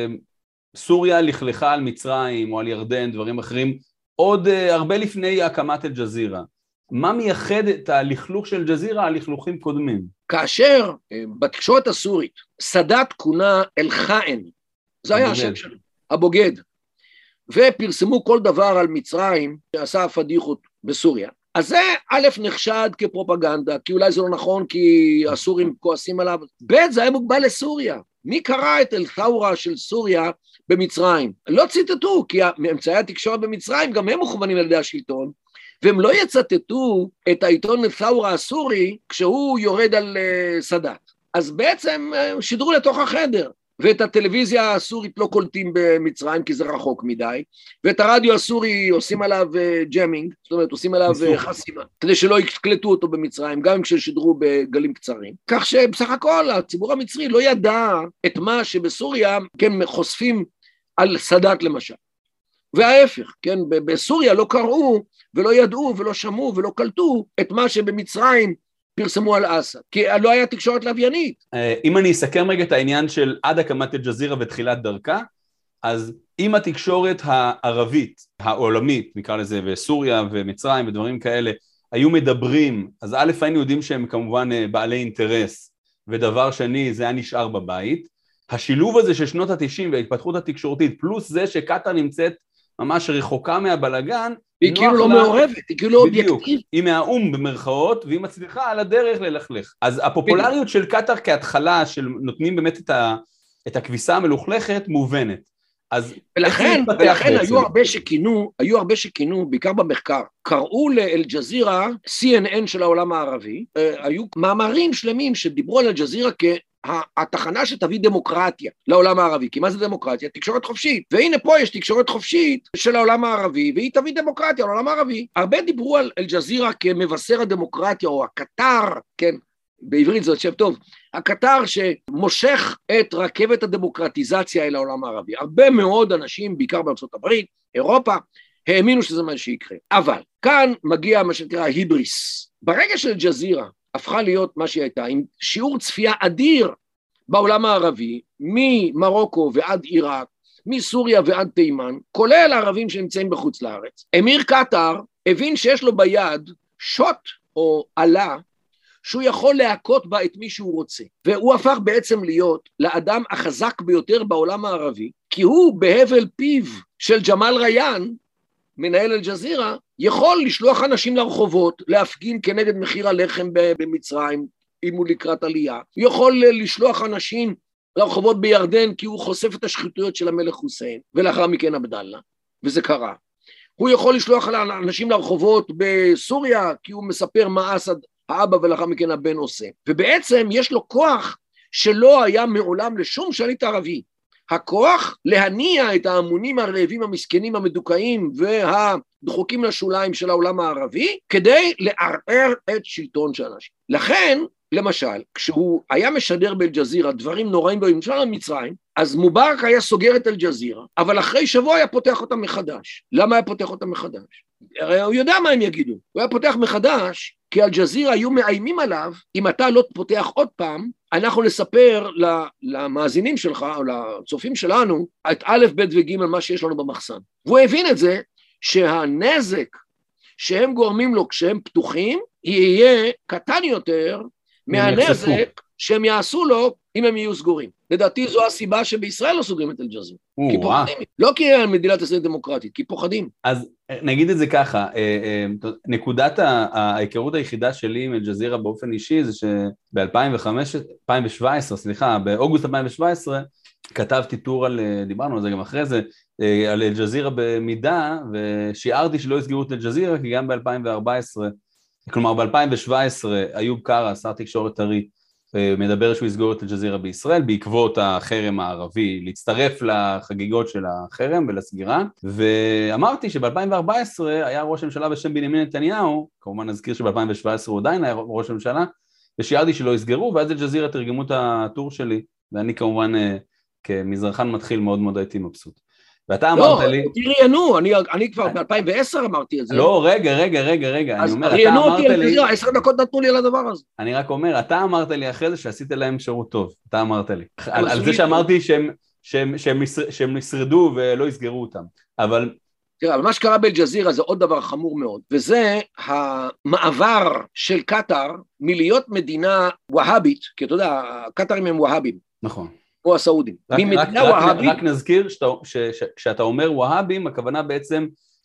שסוריה לכלכה על מצרים או על ירדן, דברים אחרים, עוד הרבה לפני הקמת אל-ג'זירה. מה מייחד את הלכלוך של אל-ג'זירה על לכלוכים קודמים?
כאשר בתקשורת הסורית, סאדאת כונה אל-חאן, זה היה השם שלו, הבוגד, ופרסמו כל דבר על מצרים שעשה הפדיחות בסוריה. אז זה א' נחשד כפרופגנדה, כי אולי זה לא נכון, כי הסורים כועסים עליו, ב' זה היה מוגבל לסוריה, מי קרא את אל-ת'אורה של סוריה במצרים? לא ציטטו, כי מאמצעי התקשורת במצרים גם הם מוכוונים על ידי השלטון, והם לא יצטטו את העיתון אל-ת'אורה הסורי כשהוא יורד על uh, סאדאת. אז בעצם uh, שידרו לתוך החדר, ואת הטלוויזיה הסורית לא קולטים במצרים כי זה רחוק מדי, ואת הרדיו הסורי עושים עליו uh, ג'מינג, זאת אומרת עושים עליו uh, חסימה, כדי שלא יקלטו אותו במצרים, גם כששידרו בגלים קצרים. כך שבסך הכל הציבור המצרי לא ידע את מה שבסוריה כן חושפים על סאדאת למשל. וההפך, כן, בסוריה לא קראו ולא ידעו ולא שמעו ולא קלטו את מה שבמצרים פרסמו על אסד, כי לא היה תקשורת לוויינית.
אם אני אסכם רגע את העניין של עד הקמת אל-ג'זירה ותחילת דרכה, אז אם התקשורת הערבית, העולמית, נקרא לזה, וסוריה ומצרים ודברים כאלה, היו מדברים, אז א' היינו יודעים שהם כמובן בעלי אינטרס, ודבר שני, זה היה נשאר בבית. השילוב הזה של שנות ה-תשעים וההתפתחות התקשורתית, פלוס זה שקטר נמצאת ממש רחוקה מהבלגן,
היא כאילו לא מעורבת, היא כאילו אובייקטיבית.
היא מהאום במרכאות, והיא מצליחה על הדרך ללכלך. אז הפופולריות של קטר כהתחלה, של נותנים באמת את, ה, את הכביסה המלוכלכת, מובנת. אז
ולכן, ולכן היו הרבה שכינו, היו הרבה שכינו, בעיקר במחקר, קראו לאל-ג'זירה סי אן אן של העולם הערבי, היו מאמרים שלמים שדיברו על אל-ג'זירה כ... התחנה שתביא דמוקרטיה לעולם הערבי, כי מה זה דמוקרטיה? תקשורת חופשית, והנה פה יש תקשורת חופשית של העולם הערבי, והיא תביא דמוקרטיה לעולם הערבי. הרבה דיברו על אל-ג'זירה כמבשר הדמוקרטיה, או הקטר, כן, בעברית זה שם טוב, הקטר שמושך את רכבת הדמוקרטיזציה אל העולם הערבי. הרבה מאוד אנשים, בעיקר בארצות הברית, אירופה, האמינו שזה מה שיקרה. אבל כאן מגיע מה שנקרא היבריס. ברגע של אל-ג'זירה, הפכה להיות מה שהיא הייתה, עם שיעור צפייה אדיר בעולם הערבי, ממרוקו ועד עיראק, מסוריה ועד תימן, כולל הערבים שנמצאים בחוץ לארץ. אמיר קטר הבין שיש לו ביד שוט או עלה, שהוא יכול להכות בה את מי שהוא רוצה. והוא הפך בעצם להיות לאדם החזק ביותר בעולם הערבי, כי הוא בהבל פיו של ג'מאל ריאן, מנהל אל-ג'זירה, יכול לשלוח אנשים לרחובות, להפגין כנגד מחיר הלחם במצרים, אם הוא לקראת עלייה. הוא יכול לשלוח אנשים לרחובות בירדן, כי הוא חושף את השחיתויות של המלך חוסיין, ולאחר מכן עבדאללה, וזה קרה. הוא יכול לשלוח אנשים לרחובות בסוריה, כי הוא מספר מה אסד האבא ולאחר מכן הבן עושה. ובעצם יש לו כוח שלא היה מעולם לשום שליט ערבי. הכוח להניע את ההמונים הרעבים המסכנים המדוכאים והדחוקים לשוליים של העולם הערבי, כדי לערער את שלטון של אנשים. לכן, למשל, כשהוא היה משדר באל-ג'זירה דברים נוראים בממשל המצרים, אז מובארק היה סוגר את אל-ג'זירה, אבל אחרי שבוע היה פותח אותה מחדש. למה היה פותח אותה מחדש? הרי הוא יודע מה הם יגידו. הוא היה פותח מחדש, כי אל-ג'זירה היו מאיימים עליו, אם אתה לא פותח עוד פעם, אנחנו נספר למאזינים שלך, או לצופים שלנו, את א', ב' וג' מה שיש לנו במחסן. והוא הבין את זה, שהנזק שהם גורמים לו כשהם פתוחים, יהיה קטן יותר מהנזק שהם יעשו לו אם הם יהיו סגורים. לדעתי זו הסיבה שבישראל לא סוגרים את אל-ג'זירה. כי פוחדים. לא כי מדינת ישראל דמוקרטית, כי פוחדים.
אז נגיד את זה ככה, נקודת ההיכרות היחידה שלי עם אל-ג'זירה באופן אישי, זה שב-אלפיים שבע עשרה, סליחה, באוגוסט אלפיים שבע עשרה, כתבתי טור על, דיברנו על זה גם אחרי זה, על אל-ג'זירה במידה, ושיערתי שלא יסגרו את אל-ג'זירה, כי גם ב-אלפיים וארבע עשרה, כלומר ב-אלפיים שבע עשרה, איוב קרא, שר תקשורת טרי, מדבר שהוא יסגור את אל-ג'זירה בישראל, בעקבות החרם הערבי, להצטרף לחגיגות של החרם ולסגירה, ואמרתי שב-אלפיים וארבע עשרה היה ראש הממשלה בשם בנימין נתניהו, כמובן נזכיר שב-אלפיים שבע עשרה הוא עדיין היה ראש הממשלה, ושיערתי שלא יסגרו, ואז אל-ג'זירה תרגמו את הטור שלי, ואני כמובן כמזרחן מתחיל מאוד מאוד הייתי מבסוט. ואתה אמרת לי...
לא, תראיינו, אני כבר ב-אלפיים ועשר אמרתי את זה.
לא, רגע, רגע, רגע, רגע.
אז ראיינו אותי על ג'זירה, עשר דקות נתנו לי על הדבר הזה.
אני רק אומר, אתה אמרת לי אחרי זה שעשית להם שירות טוב, אתה אמרת לי. על זה שאמרתי שהם נשרדו ולא יסגרו אותם, אבל...
תראה, אבל מה שקרה באל-ג'זירה זה עוד דבר חמור מאוד, וזה המעבר של קטר מלהיות מדינה והאבית, כי אתה יודע, הקטרים הם והאבים.
נכון.
או הסעודים.
רק, רק, רק, רק נזכיר שאתה, ש, ש, שאתה אומר והאבים, הכוונה בעצם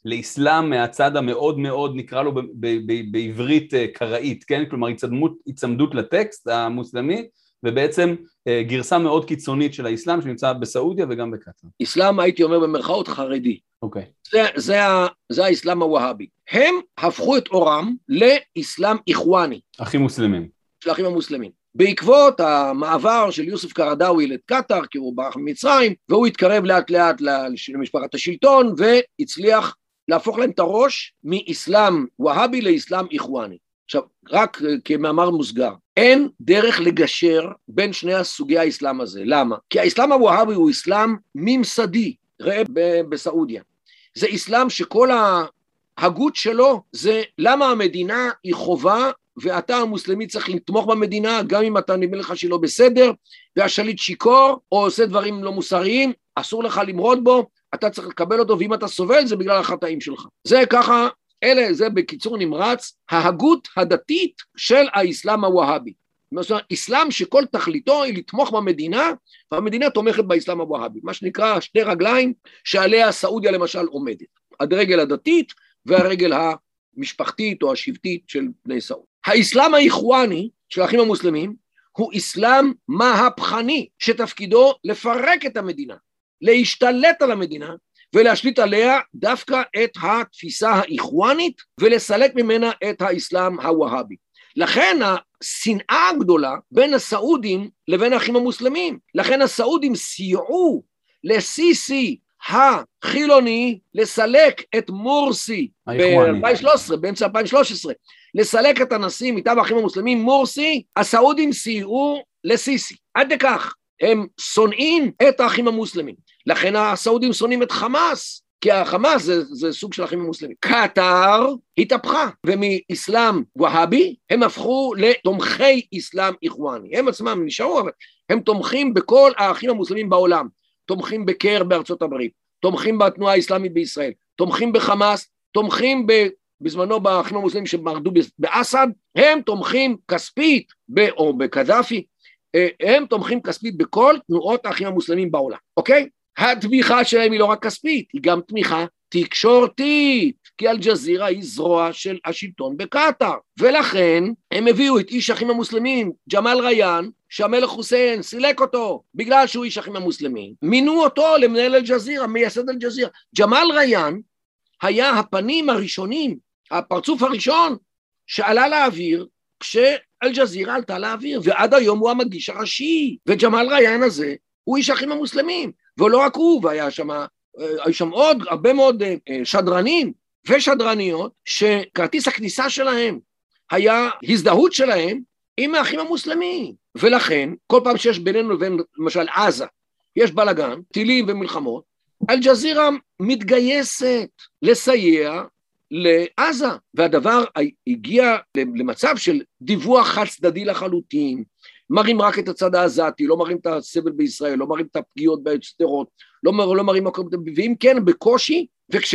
לאסלאם מהצד המאוד מאוד, נקרא לו ב- ב- ב- בעברית קראית, כן? כלומר, הצמדות, הצמדות לטקסט המוסלמי, ובעצם גרסה מאוד קיצונית של האסלאם שנמצא בסעודיה וגם בקטר.
אסלאם, הייתי אומר במרכאות, חרדי.
אוקיי.
זה, זה, זה האסלאם הווהאבי. הם הפכו את אורם לאסלאם איחואני. אחים
מוסלמים.
של האחים המוסלמים. בעקבות המעבר של יוסף קרדאווי לקטר, כי הוא ברח ממצרים, והוא התקרב לאט לאט למשפחת השלטון, והצליח להפוך להם את הראש מאסלאם והאבי לאסלאם איחואני. עכשיו, רק כמאמר מוסגר, אין דרך לגשר בין שני הסוגי האסלאם הזה. למה? כי האסלאם הווהאבי הוא אסלאם ממסדי, ראה בסעודיה. זה אסלאם שכל ההגות שלו זה למה המדינה היא חובה, ואתה המוסלמי צריך לתמוך במדינה, גם אם אתה נדמה לך שהיא לא בסדר, והשליט שיקור, או עושה דברים לא מוסריים, אסור לך למרוד בו, אתה צריך לקבל אותו, ואם אתה סובל זה בגלל החטאים שלך. זה ככה, אלה, זה בקיצור נמרץ, ההגות הדתית של האסלאם הווהאבי. זאת אומרת, אסלאם שכל תכליתו היא לתמוך במדינה, והמדינה תומכת באסלאם הווהאבי, מה שנקרא שתי רגליים שעליה סעודיה למשל עומדת, הרגל הדתית והרגל המשפחתית או השבטית של בני סעודיה. האסלאם האיחואני של האחים המוסלמים הוא אסלאם מהפכני, שתפקידו לפרק את המדינה, להשתלט על המדינה, ולהשליט עליה דווקא את התפיסה האיחואנית, ולסלק ממנה את האסלאם הווהאבי. לכן השנאה הגדולה בין הסעודים לבין האחים המוסלמים, לכן הסעודים סייעו לסיסי החילוני לסלק את מורסי ב-אלפיים ושלוש עשרה, באמצע אלפיים ושלוש עשרה, לסלק את הנשיא מטעם האחים המוסלמים מורסי, הסעודים סייעו לסיסי. עד לכך הם שונאים את האחים המוסלמים. לכן הסעודים שונאים את חמאס, כי החמאס זה, זה סוג של האחים המוסלמים. קטר התהפכה, ומאסלאם והאבי הם הפכו לתומכי אסלאם איחואני. הם עצמם נשארו, אבל הם תומכים בכל האחים המוסלמים בעולם. תומכים בקר בארצות הברית, תומכים בתנועה האסלאמית בישראל, תומכים בחמאס, תומכים ב, בזמנו באחים המוסלמים שמרדו באסד, הם תומכים כספית, ב, או בקדאפי, הם תומכים כספית בכל תנועות האחים המוסלמים בעולם, אוקיי? התמיכה שלהם היא לא רק כספית, היא גם תמיכה תקשורתית, כי אל-ג'זירה היא זרוע של השלטון בקטר, ולכן הם הביאו את איש האחים המוסלמים, ג'מאל ריאן, שהמלך חוסיין סילק אותו, בגלל שהוא איש האחים המוסלמים, מינו אותו למנהל אל-ג'זירה, מייסד אל-ג'זירה. ג'מאל ריאן היה הפנים הראשונים, הפרצוף הראשון, שעלה לאוויר, כשאל-ג'זירה עלתה לאוויר, ועד היום הוא המגיש הראשי, וג'מאל ריאן הזה, הוא איש האחים המוסלמים, ולא רק הוא, והיה שם, היו שם עוד הרבה מאוד שדרנים ושדרניות, שכרטיס הכניסה שלהם היה הזדהות שלהם עם האחים המוסלמים, ולכן כל פעם שיש בינינו לבין למשל עזה, יש בלגן, טילים ומלחמות, אל-ג'זירה מתגייסת לסייע לעזה, והדבר הגיע למצב של דיווח חד צדדי לחלוטין, מראים רק את הצד העזתי, לא מראים את הסבל בישראל, לא מראים את הפגיעות בשדרות, לא, לא מראים מקום, ואם כן בקושי,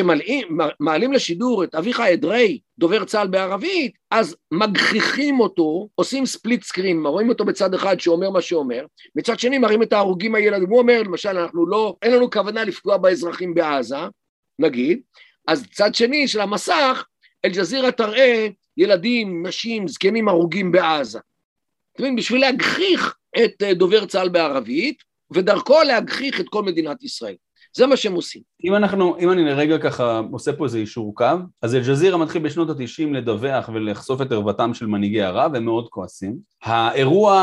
וכשמעלים לשידור את אביחי אדרי, דובר צה"ל בערבית, אז מגחיכים אותו, עושים ספליט סקרין, רואים אותו בצד אחד שאומר מה שאומר, מצד שני מראים את ההרוגים הילדים, הוא אומר למשל, אנחנו לא, אין לנו כוונה לפגוע באזרחים בעזה, נגיד, אז צד שני של המסך, אל-ג'זירה תראה ילדים, נשים, זקנים הרוגים בעזה. אתם מבינים, בשביל להגחיך את דובר צה"ל בערבית, ודרכו להגחיך את כל מדינת ישראל. זה מה שהם עושים.
אם אנחנו, אם אני לרגע ככה עושה פה איזה אישור קו, אז אל-ג'זירה מתחיל בשנות ה-תשעים לדווח ולחשוף את ערוותם של מנהיגי ערב, הם מאוד כועסים. האירוע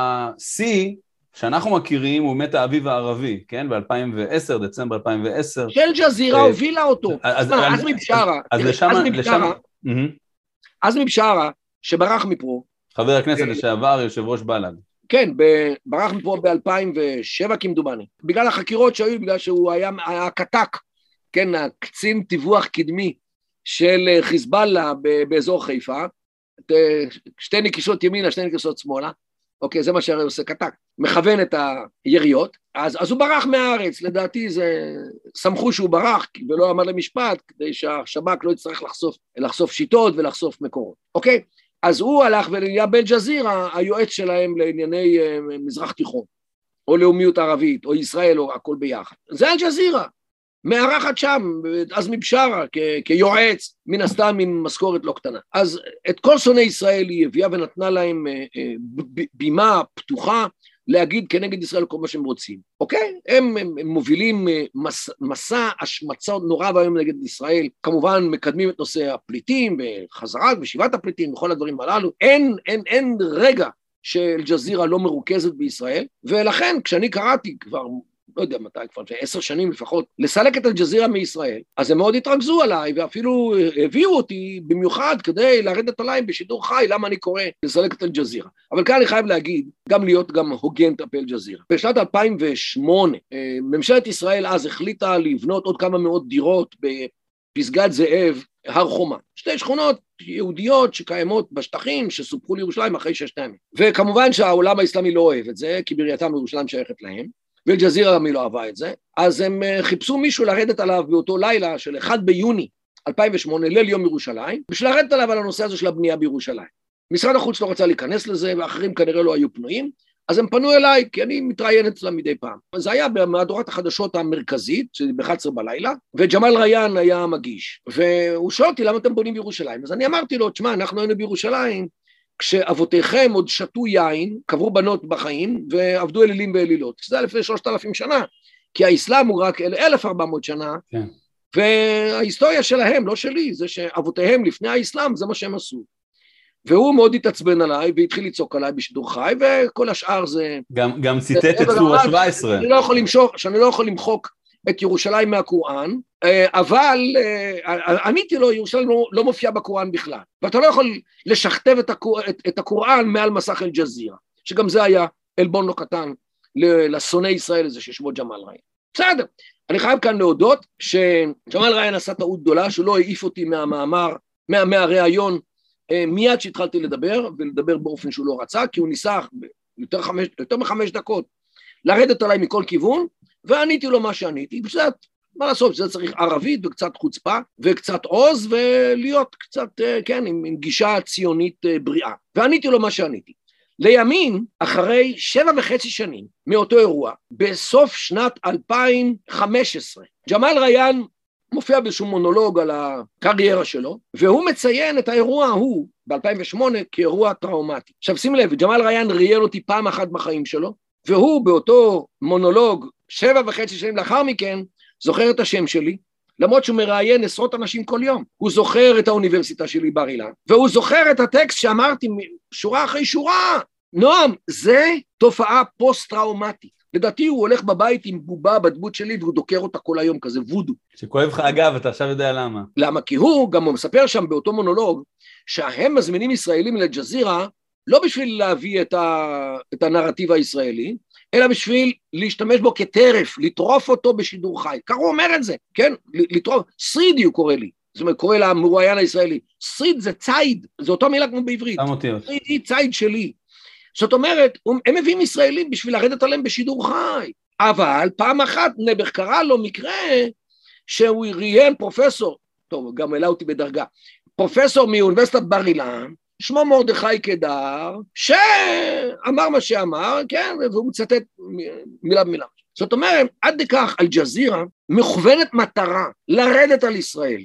ה-C שאנחנו מכירים הוא מת האביב הערבי, כן? ב-אלפיים ועשר, דצמבר אלפיים ועשר.
שאל-ג'זירה הובילה אותו. אז מבשארה, אז מבשארה, שברח מפה,
חבר הכנסת לשעבר, יושב ראש בל"ד.
כן, ברח מפה ב-אלפיים ושבע כמדומני, בגלל החקירות שהיו, בגלל שהוא היה הקטק, כן, הקצין טיווח קדמי של חיזבאללה באזור חיפה, שתי נקישות ימינה, שתי נקישות שמאלה, אוקיי, זה מה שהרי עושה קטק, מכוון את היריות, אז, אז הוא ברח מהארץ, לדעתי זה, סמכו שהוא ברח, ולא עמד למשפט, כדי שהשב"כ לא יצטרך לחשוף, לחשוף שיטות ולחשוף מקורות, אוקיי? אז הוא הלך ונהיה באל-ג'זירה, היועץ שלהם לענייני מזרח תיכון, או לאומיות ערבית, או ישראל, או הכל ביחד. זה אל-ג'זירה. מארחת שם, עזמי בשארה, כיועץ, מן הסתם עם משכורת לא קטנה. אז את כל שונאי ישראל היא הביאה ונתנה להם בימה פתוחה, להגיד כנגד ישראל כל מה שהם רוצים. אוקיי? הם, הם, הם מובילים מס, מסע השמצה נורא והיום נגד ישראל, כמובן מקדמים את נושא הפליטים, וחזרה, ושיבת הפליטים, וכל הדברים הללו. אין, אין, אין רגע שאל-ג'זירה לא מרוכזת בישראל, ולכן כשאני קראתי כבר, לא יודע מתי, כבר עשר שנים לפחות, לסלק את אל-ג'זירה מישראל, אז הם מאוד התרכזו עליי, ואפילו הביאו אותי במיוחד כדי לרדת עליי בשידור חי, למה אני קורא לסלק את אל-ג'זירה. אבל כאן אני חייב להגיד, גם להיות גם הוגן כלפי אל-ג'זירה. בשנת אלפיים ושמונה, ממשלת ישראל אז החליטה לבנות עוד כמה מאות דירות בפסגת זאב, הר חומה. שתי שכונות יהודיות שקיימות בשטחים, שסופחו לירושלים אחרי ששת הימים. וכמובן שהעולם האסלאמי לא אוהב את זה, כי בראייתם ירושלים שייכת להם. ואל-ג'זירה גם היא לא אהבה את זה, אז הם חיפשו מישהו לרדת עליו באותו לילה של אחד ביוני אלפיים ושמונה, ליל יום ירושלים, בשביל לרדת עליו על הנושא הזה של הבנייה בירושלים. משרד החוץ לא רצה להיכנס לזה, ואחרים כנראה לא היו פנויים, אז הם פנו אליי, כי אני מתראיין אצלם מדי פעם. זה היה במהדורת החדשות המרכזית, שזה ב-אחת עשרה בלילה, וג'מאל ריאן היה מגיש, והוא שואל אותי למה אתם בונים בירושלים, אז אני אמרתי לו, תשמע, אנחנו היינו בירושלים, כשאבותיכם עוד שתו יין, קברו בנות בחיים, ועבדו אלילים ואלילות. זה היה לפני שלושת אלפים שנה, כי האסלאם הוא רק אלף וארבע מאות שנה, כן. וההיסטוריה שלהם, לא שלי, זה שאבותיהם לפני האסלאם, זה מה שהם עשו. והוא מאוד התעצבן עליי, והתחיל לצעוק עליי בשידור חי, וכל השאר זה...
גם, גם ציטט את סורה שבע עשרה.
שאני לא יכול למשוך, שאני לא יכול למחוק את ירושלים מהקוראן, אבל עניתי לו, ירושלים לא, לא מופיע בקוראן בכלל, ואתה לא יכול לשכתב את, הקור, את, את הקוראן מעל מסך אל-ג'זירה, שגם זה היה אלבון לא קטן לשונאי ישראל הזה ששמו ג'מאל ריאן. בסדר, אני חייב כאן להודות שג'מאל ריאן עשה טעות גדולה, שלא העיף אותי מהמאמר, מה, מהראיון, מיד שהתחלתי לדבר, ולדבר באופן שהוא לא רצה, כי הוא ניסה יותר, חמש, יותר מחמש דקות לרדת עליי מכל כיוון, ועניתי לו מה שעניתי, בסדר, מה לעשות, שזה צריך ערבית וקצת חוצפה, וקצת עוז, ולהיות קצת, כן, עם, עם גישה ציונית בריאה. ועניתי לו מה שעניתי. לימים, אחרי שבע וחצי שנים מאותו אירוע, בסוף שנת אלפיים וחמש עשרה, ג'מאל ריאן מופיע באיזשהו מונולוג על הקריירה שלו, והוא מציין את האירוע ההוא, ב-אלפיים ושמונה, כאירוע טראומטי. עכשיו שים לב, ג'מאל ריאן ראיין אותי פעם אחת בחיים שלו, והוא באותו מונולוג, שבע וחצי שנים לאחר מכן, זוכר את השם שלי, למרות שהוא מראיין עשרות אנשים כל יום. הוא זוכר את האוניברסיטה שלי בר אילן, והוא זוכר את הטקסט שאמרתי שורה אחרי שורה. נועם, זה תופעה פוסט-טראומטית. לדעתי הוא הולך בבית עם בובה בדמות שלי, והוא דוקר אותה כל היום כזה, וודו.
שכואב לך אגב, אתה עכשיו יודע למה.
למה? כי הוא גם מספר שם באותו מונולוג, שהם מזמינים ישראלים לאל-ג'זירה, לא בשביל להביא את, ה... את הנרטיב הישראלי, אלא בשביל להשתמש בו כטרף, לטרוף אותו בשידור חי. ככה הוא אומר את זה, כן? לטרוף, שרידי הוא קורא לי, זאת אומרת, קורא למרואיין הישראלי. שריד זה צייד, זה אותו מילה כמו בעברית. שרידי, צייד שלי. זאת אומרת, הם מביאים ישראלים בשביל לרדת עליהם בשידור חי. אבל פעם אחת נבח קרא לו מקרה שהוא ראיין פרופסור, טוב, גם העלה אותי בדרגה, פרופסור מאוניברסיטת בר אילן, שמו מרדכי קדר, שאמר מה שאמר, כן, והוא מצטט מילה במילה. זאת אומרת, עד כך אל-ג'זירה מכוונת מטרה לרדת על ישראל,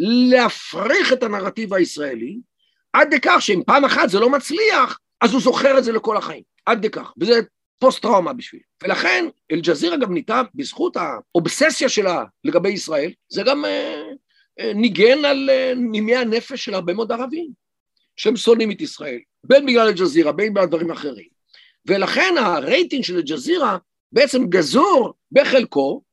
להפריך את הנרטיב הישראלי, עד כך שאם פעם אחת זה לא מצליח, אז הוא זוכר את זה לכל החיים, עד כך, וזה פוסט-טראומה בשביל. ולכן אל-ג'זירה גם ניתה בזכות האובססיה שלה לגבי ישראל, זה גם אה, אה, ניגן על אה, נימי הנפש של הרבה מאוד ערבים, שהם שונאים את ישראל, בין בגלל אל-ג'זירה, בין בגלל דברים אחרים. ולכן הרייטינג של אל-ג'זירה בעצם גזור בחלקו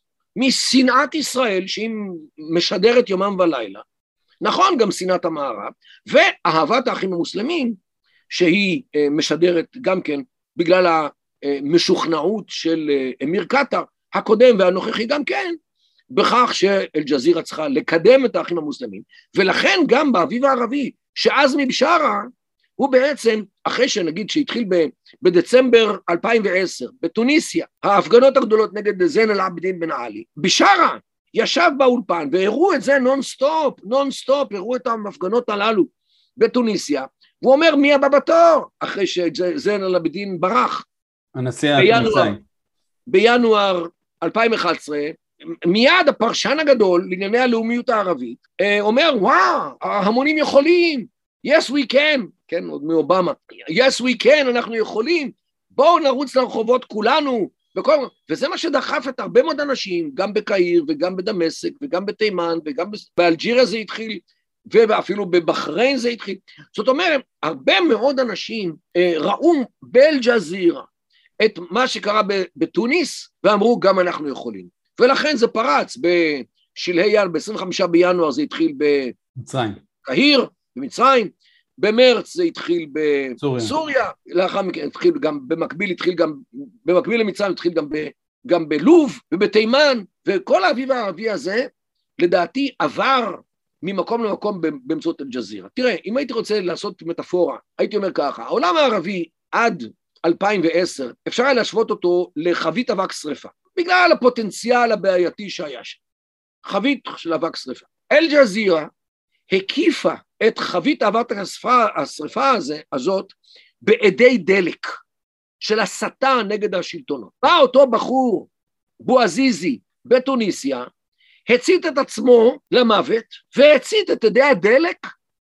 משנאת ישראל, שהיא משדרת יומם ולילה, נכון גם שנאת המערב, ואהבת האחים המוסלמים, שהיא משדרת גם כן בגלל המשוכנעות של אמיר קטר, הקודם והנוכחי גם כן, בכך שאל-ג'זירה צריכה לקדם את האחים המוסלמים, ולכן גם באביב הערבי, שעזמי בשארה, הוא בעצם, אחרי שנגיד שהתחיל בדצמבר אלפיים ועשר, בתוניסיה, ההפגנות הגדולות נגד זין אל-עאבדין בן עלי, בשארה ישב באולפן, והראו את זה נון סטופ, נון סטופ, הראו את ההפגנות הללו בתוניסיה, והוא אומר מי הבא בתור, אחרי שזין אל-עאבדין ברח.
הנשיא התוניסאי.
בינואר אלפיים ואחת עשרה, מיד הפרשן הגדול לענייני הלאומיות הערבית אומר, וואו, ההמונים יכולים, yes we can, כן, עוד מאובמה, yes we can, אנחנו יכולים, בואו נרוץ לרחובות כולנו, וכל... וזה מה שדחף את הרבה מאוד אנשים, גם בקהיר וגם בדמשק וגם בתימן וגם באלג'יריה זה התחיל, ואפילו בבחריין זה התחיל. זאת אומרת, הרבה מאוד אנשים ראו באל-ג'זירה את מה שקרה בתוניס, ואמרו גם אנחנו יכולים. ולכן זה פרץ בשלהי ינואר, ב-עשרים וחמישה בינואר זה התחיל
במצרים.
בקהיר, במצרים, במרץ זה התחיל בסוריה, לאחר מכן התחיל גם, במקביל התחיל גם, במקביל למצרים התחיל גם, ב, גם בלוב ובתימן, וכל האביב הערבי הזה, לדעתי עבר ממקום למקום באמצעות אל-ג'זירה. תראה, אם הייתי רוצה לעשות מטאפורה, הייתי אומר ככה, העולם הערבי עד אלפיים ועשר, אפשר היה להשוות אותו לחבית אבק שריפה, בגלל הפוטנציאל הבעייתי שהיה שם. חבית של אבק שריפה. אל-ג'זירה הקיפה את חבית אבק השריפה, השריפה הזה, הזאת בעדי דלק של הסתה נגד השלטונות. בא אותו בחור בועזיזי בתוניסיה, הצית את עצמו למוות, והצית את עדי הדלק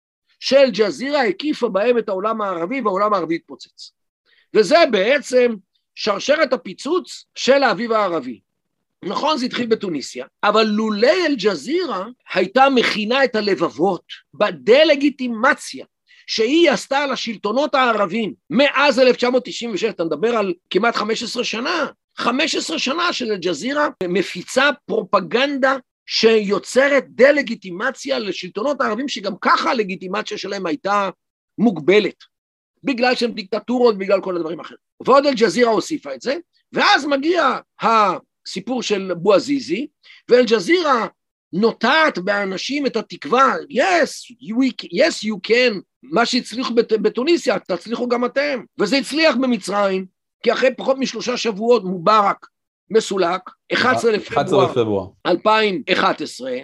של ג'זירה, הקיפה בהם את העולם הערבי, והעולם הערבי התפוצץ. וזה בעצם שרשרת הפיצוץ של האביב הערבי. נכון, זה התחיל בתוניסיה, אבל לולי אל-ג'זירה הייתה מכינה את הלבבות בדה-לגיטימציה שהיא עשתה על השלטונות הערבים מאז אלף תשע מאות תשעים ושש, אתה מדבר על כמעט חמש עשרה שנה, חמש עשרה שנה של אל-ג'זירה מפיצה פרופגנדה שיוצרת דה-לגיטימציה לשלטונות הערבים, שגם ככה הלגיטימציה שלהם הייתה מוגבלת, בגלל שהם דיקטטורות, בגלל כל הדברים האחרים. ועוד אל-ג'זירה הוסיפה את זה, ואז מגיע הסיפור של בועזיזי, ואל-ג'זירה נוטעת באנשים את התקווה, yes, you, yes you can, מה שהצליחו בתוניסיה, תצליחו גם אתם, וזה הצליח במצרים, כי אחרי פחות משלושה שבועות מובארק מסולק, אחד עשר לפברואר אלפיים ואחת עשרה,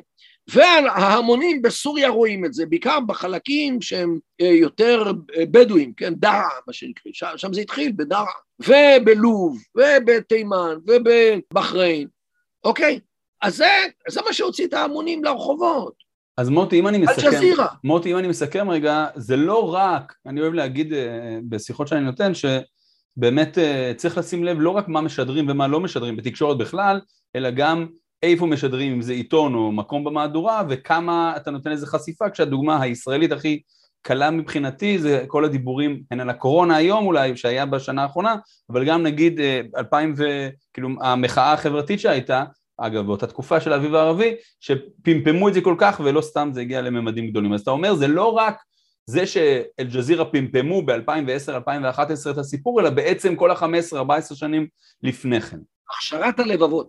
וההמונים בסוריה רואים את זה, בעיקר בחלקים שהם יותר בדואים, כן, דרעה, מה שנקרא, שם, שם זה התחיל, בדרעה, ובלוב, ובתימן, ובבחריין, אוקיי? אז זה, זה מה שהוציא את ההמונים לרחובות.
אז מוטי, אם אני מסכם, מוטי, אם אני מסכם רגע, זה לא רק, אני אוהב להגיד בשיחות שאני נותן, שבאמת צריך לשים לב לא רק מה משדרים ומה לא משדרים בתקשורת בכלל, אלא גם איפה משדרים, אם זה עיתון או מקום במהדורה, וכמה אתה נותן איזה חשיפה, כשהדוגמה הישראלית הכי קלה מבחינתי, זה כל הדיבורים, הן על הקורונה היום אולי, שהיה בשנה האחרונה, אבל גם נגיד אלפיים ו... כאילו המחאה החברתית שהייתה, אגב, באותה תקופה של האביב הערבי, שפמפמו את זה כל כך, ולא סתם זה הגיע לממדים גדולים. אז אתה אומר, זה לא רק זה שאל-ג'זירה פמפמו ב-אלפיים ועשר אלפיים ואחת עשרה את הסיפור, אלא בעצם כל ה-חמש עשרה ארבע עשרה שנים לפני כן.
הכשרת הלבבות.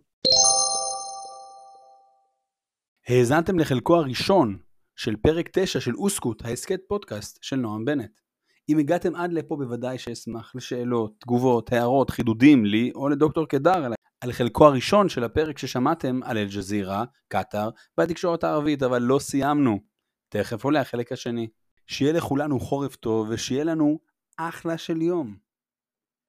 האזנתם לחלקו הראשון של פרק תשע של אוסקוט, ההסכת פודקאסט של נועם בנט. אם הגעתם עד לפה בוודאי שאשמח לשאלות, תגובות, הערות, חידודים לי או לדוקטור קדר על חלקו הראשון של הפרק ששמעתם על אל-ג'זירה, קטר והתקשורת הערבית, אבל לא סיימנו. תכף עולה החלק השני. שיהיה לכולנו חורף טוב ושיהיה לנו אחלה של יום.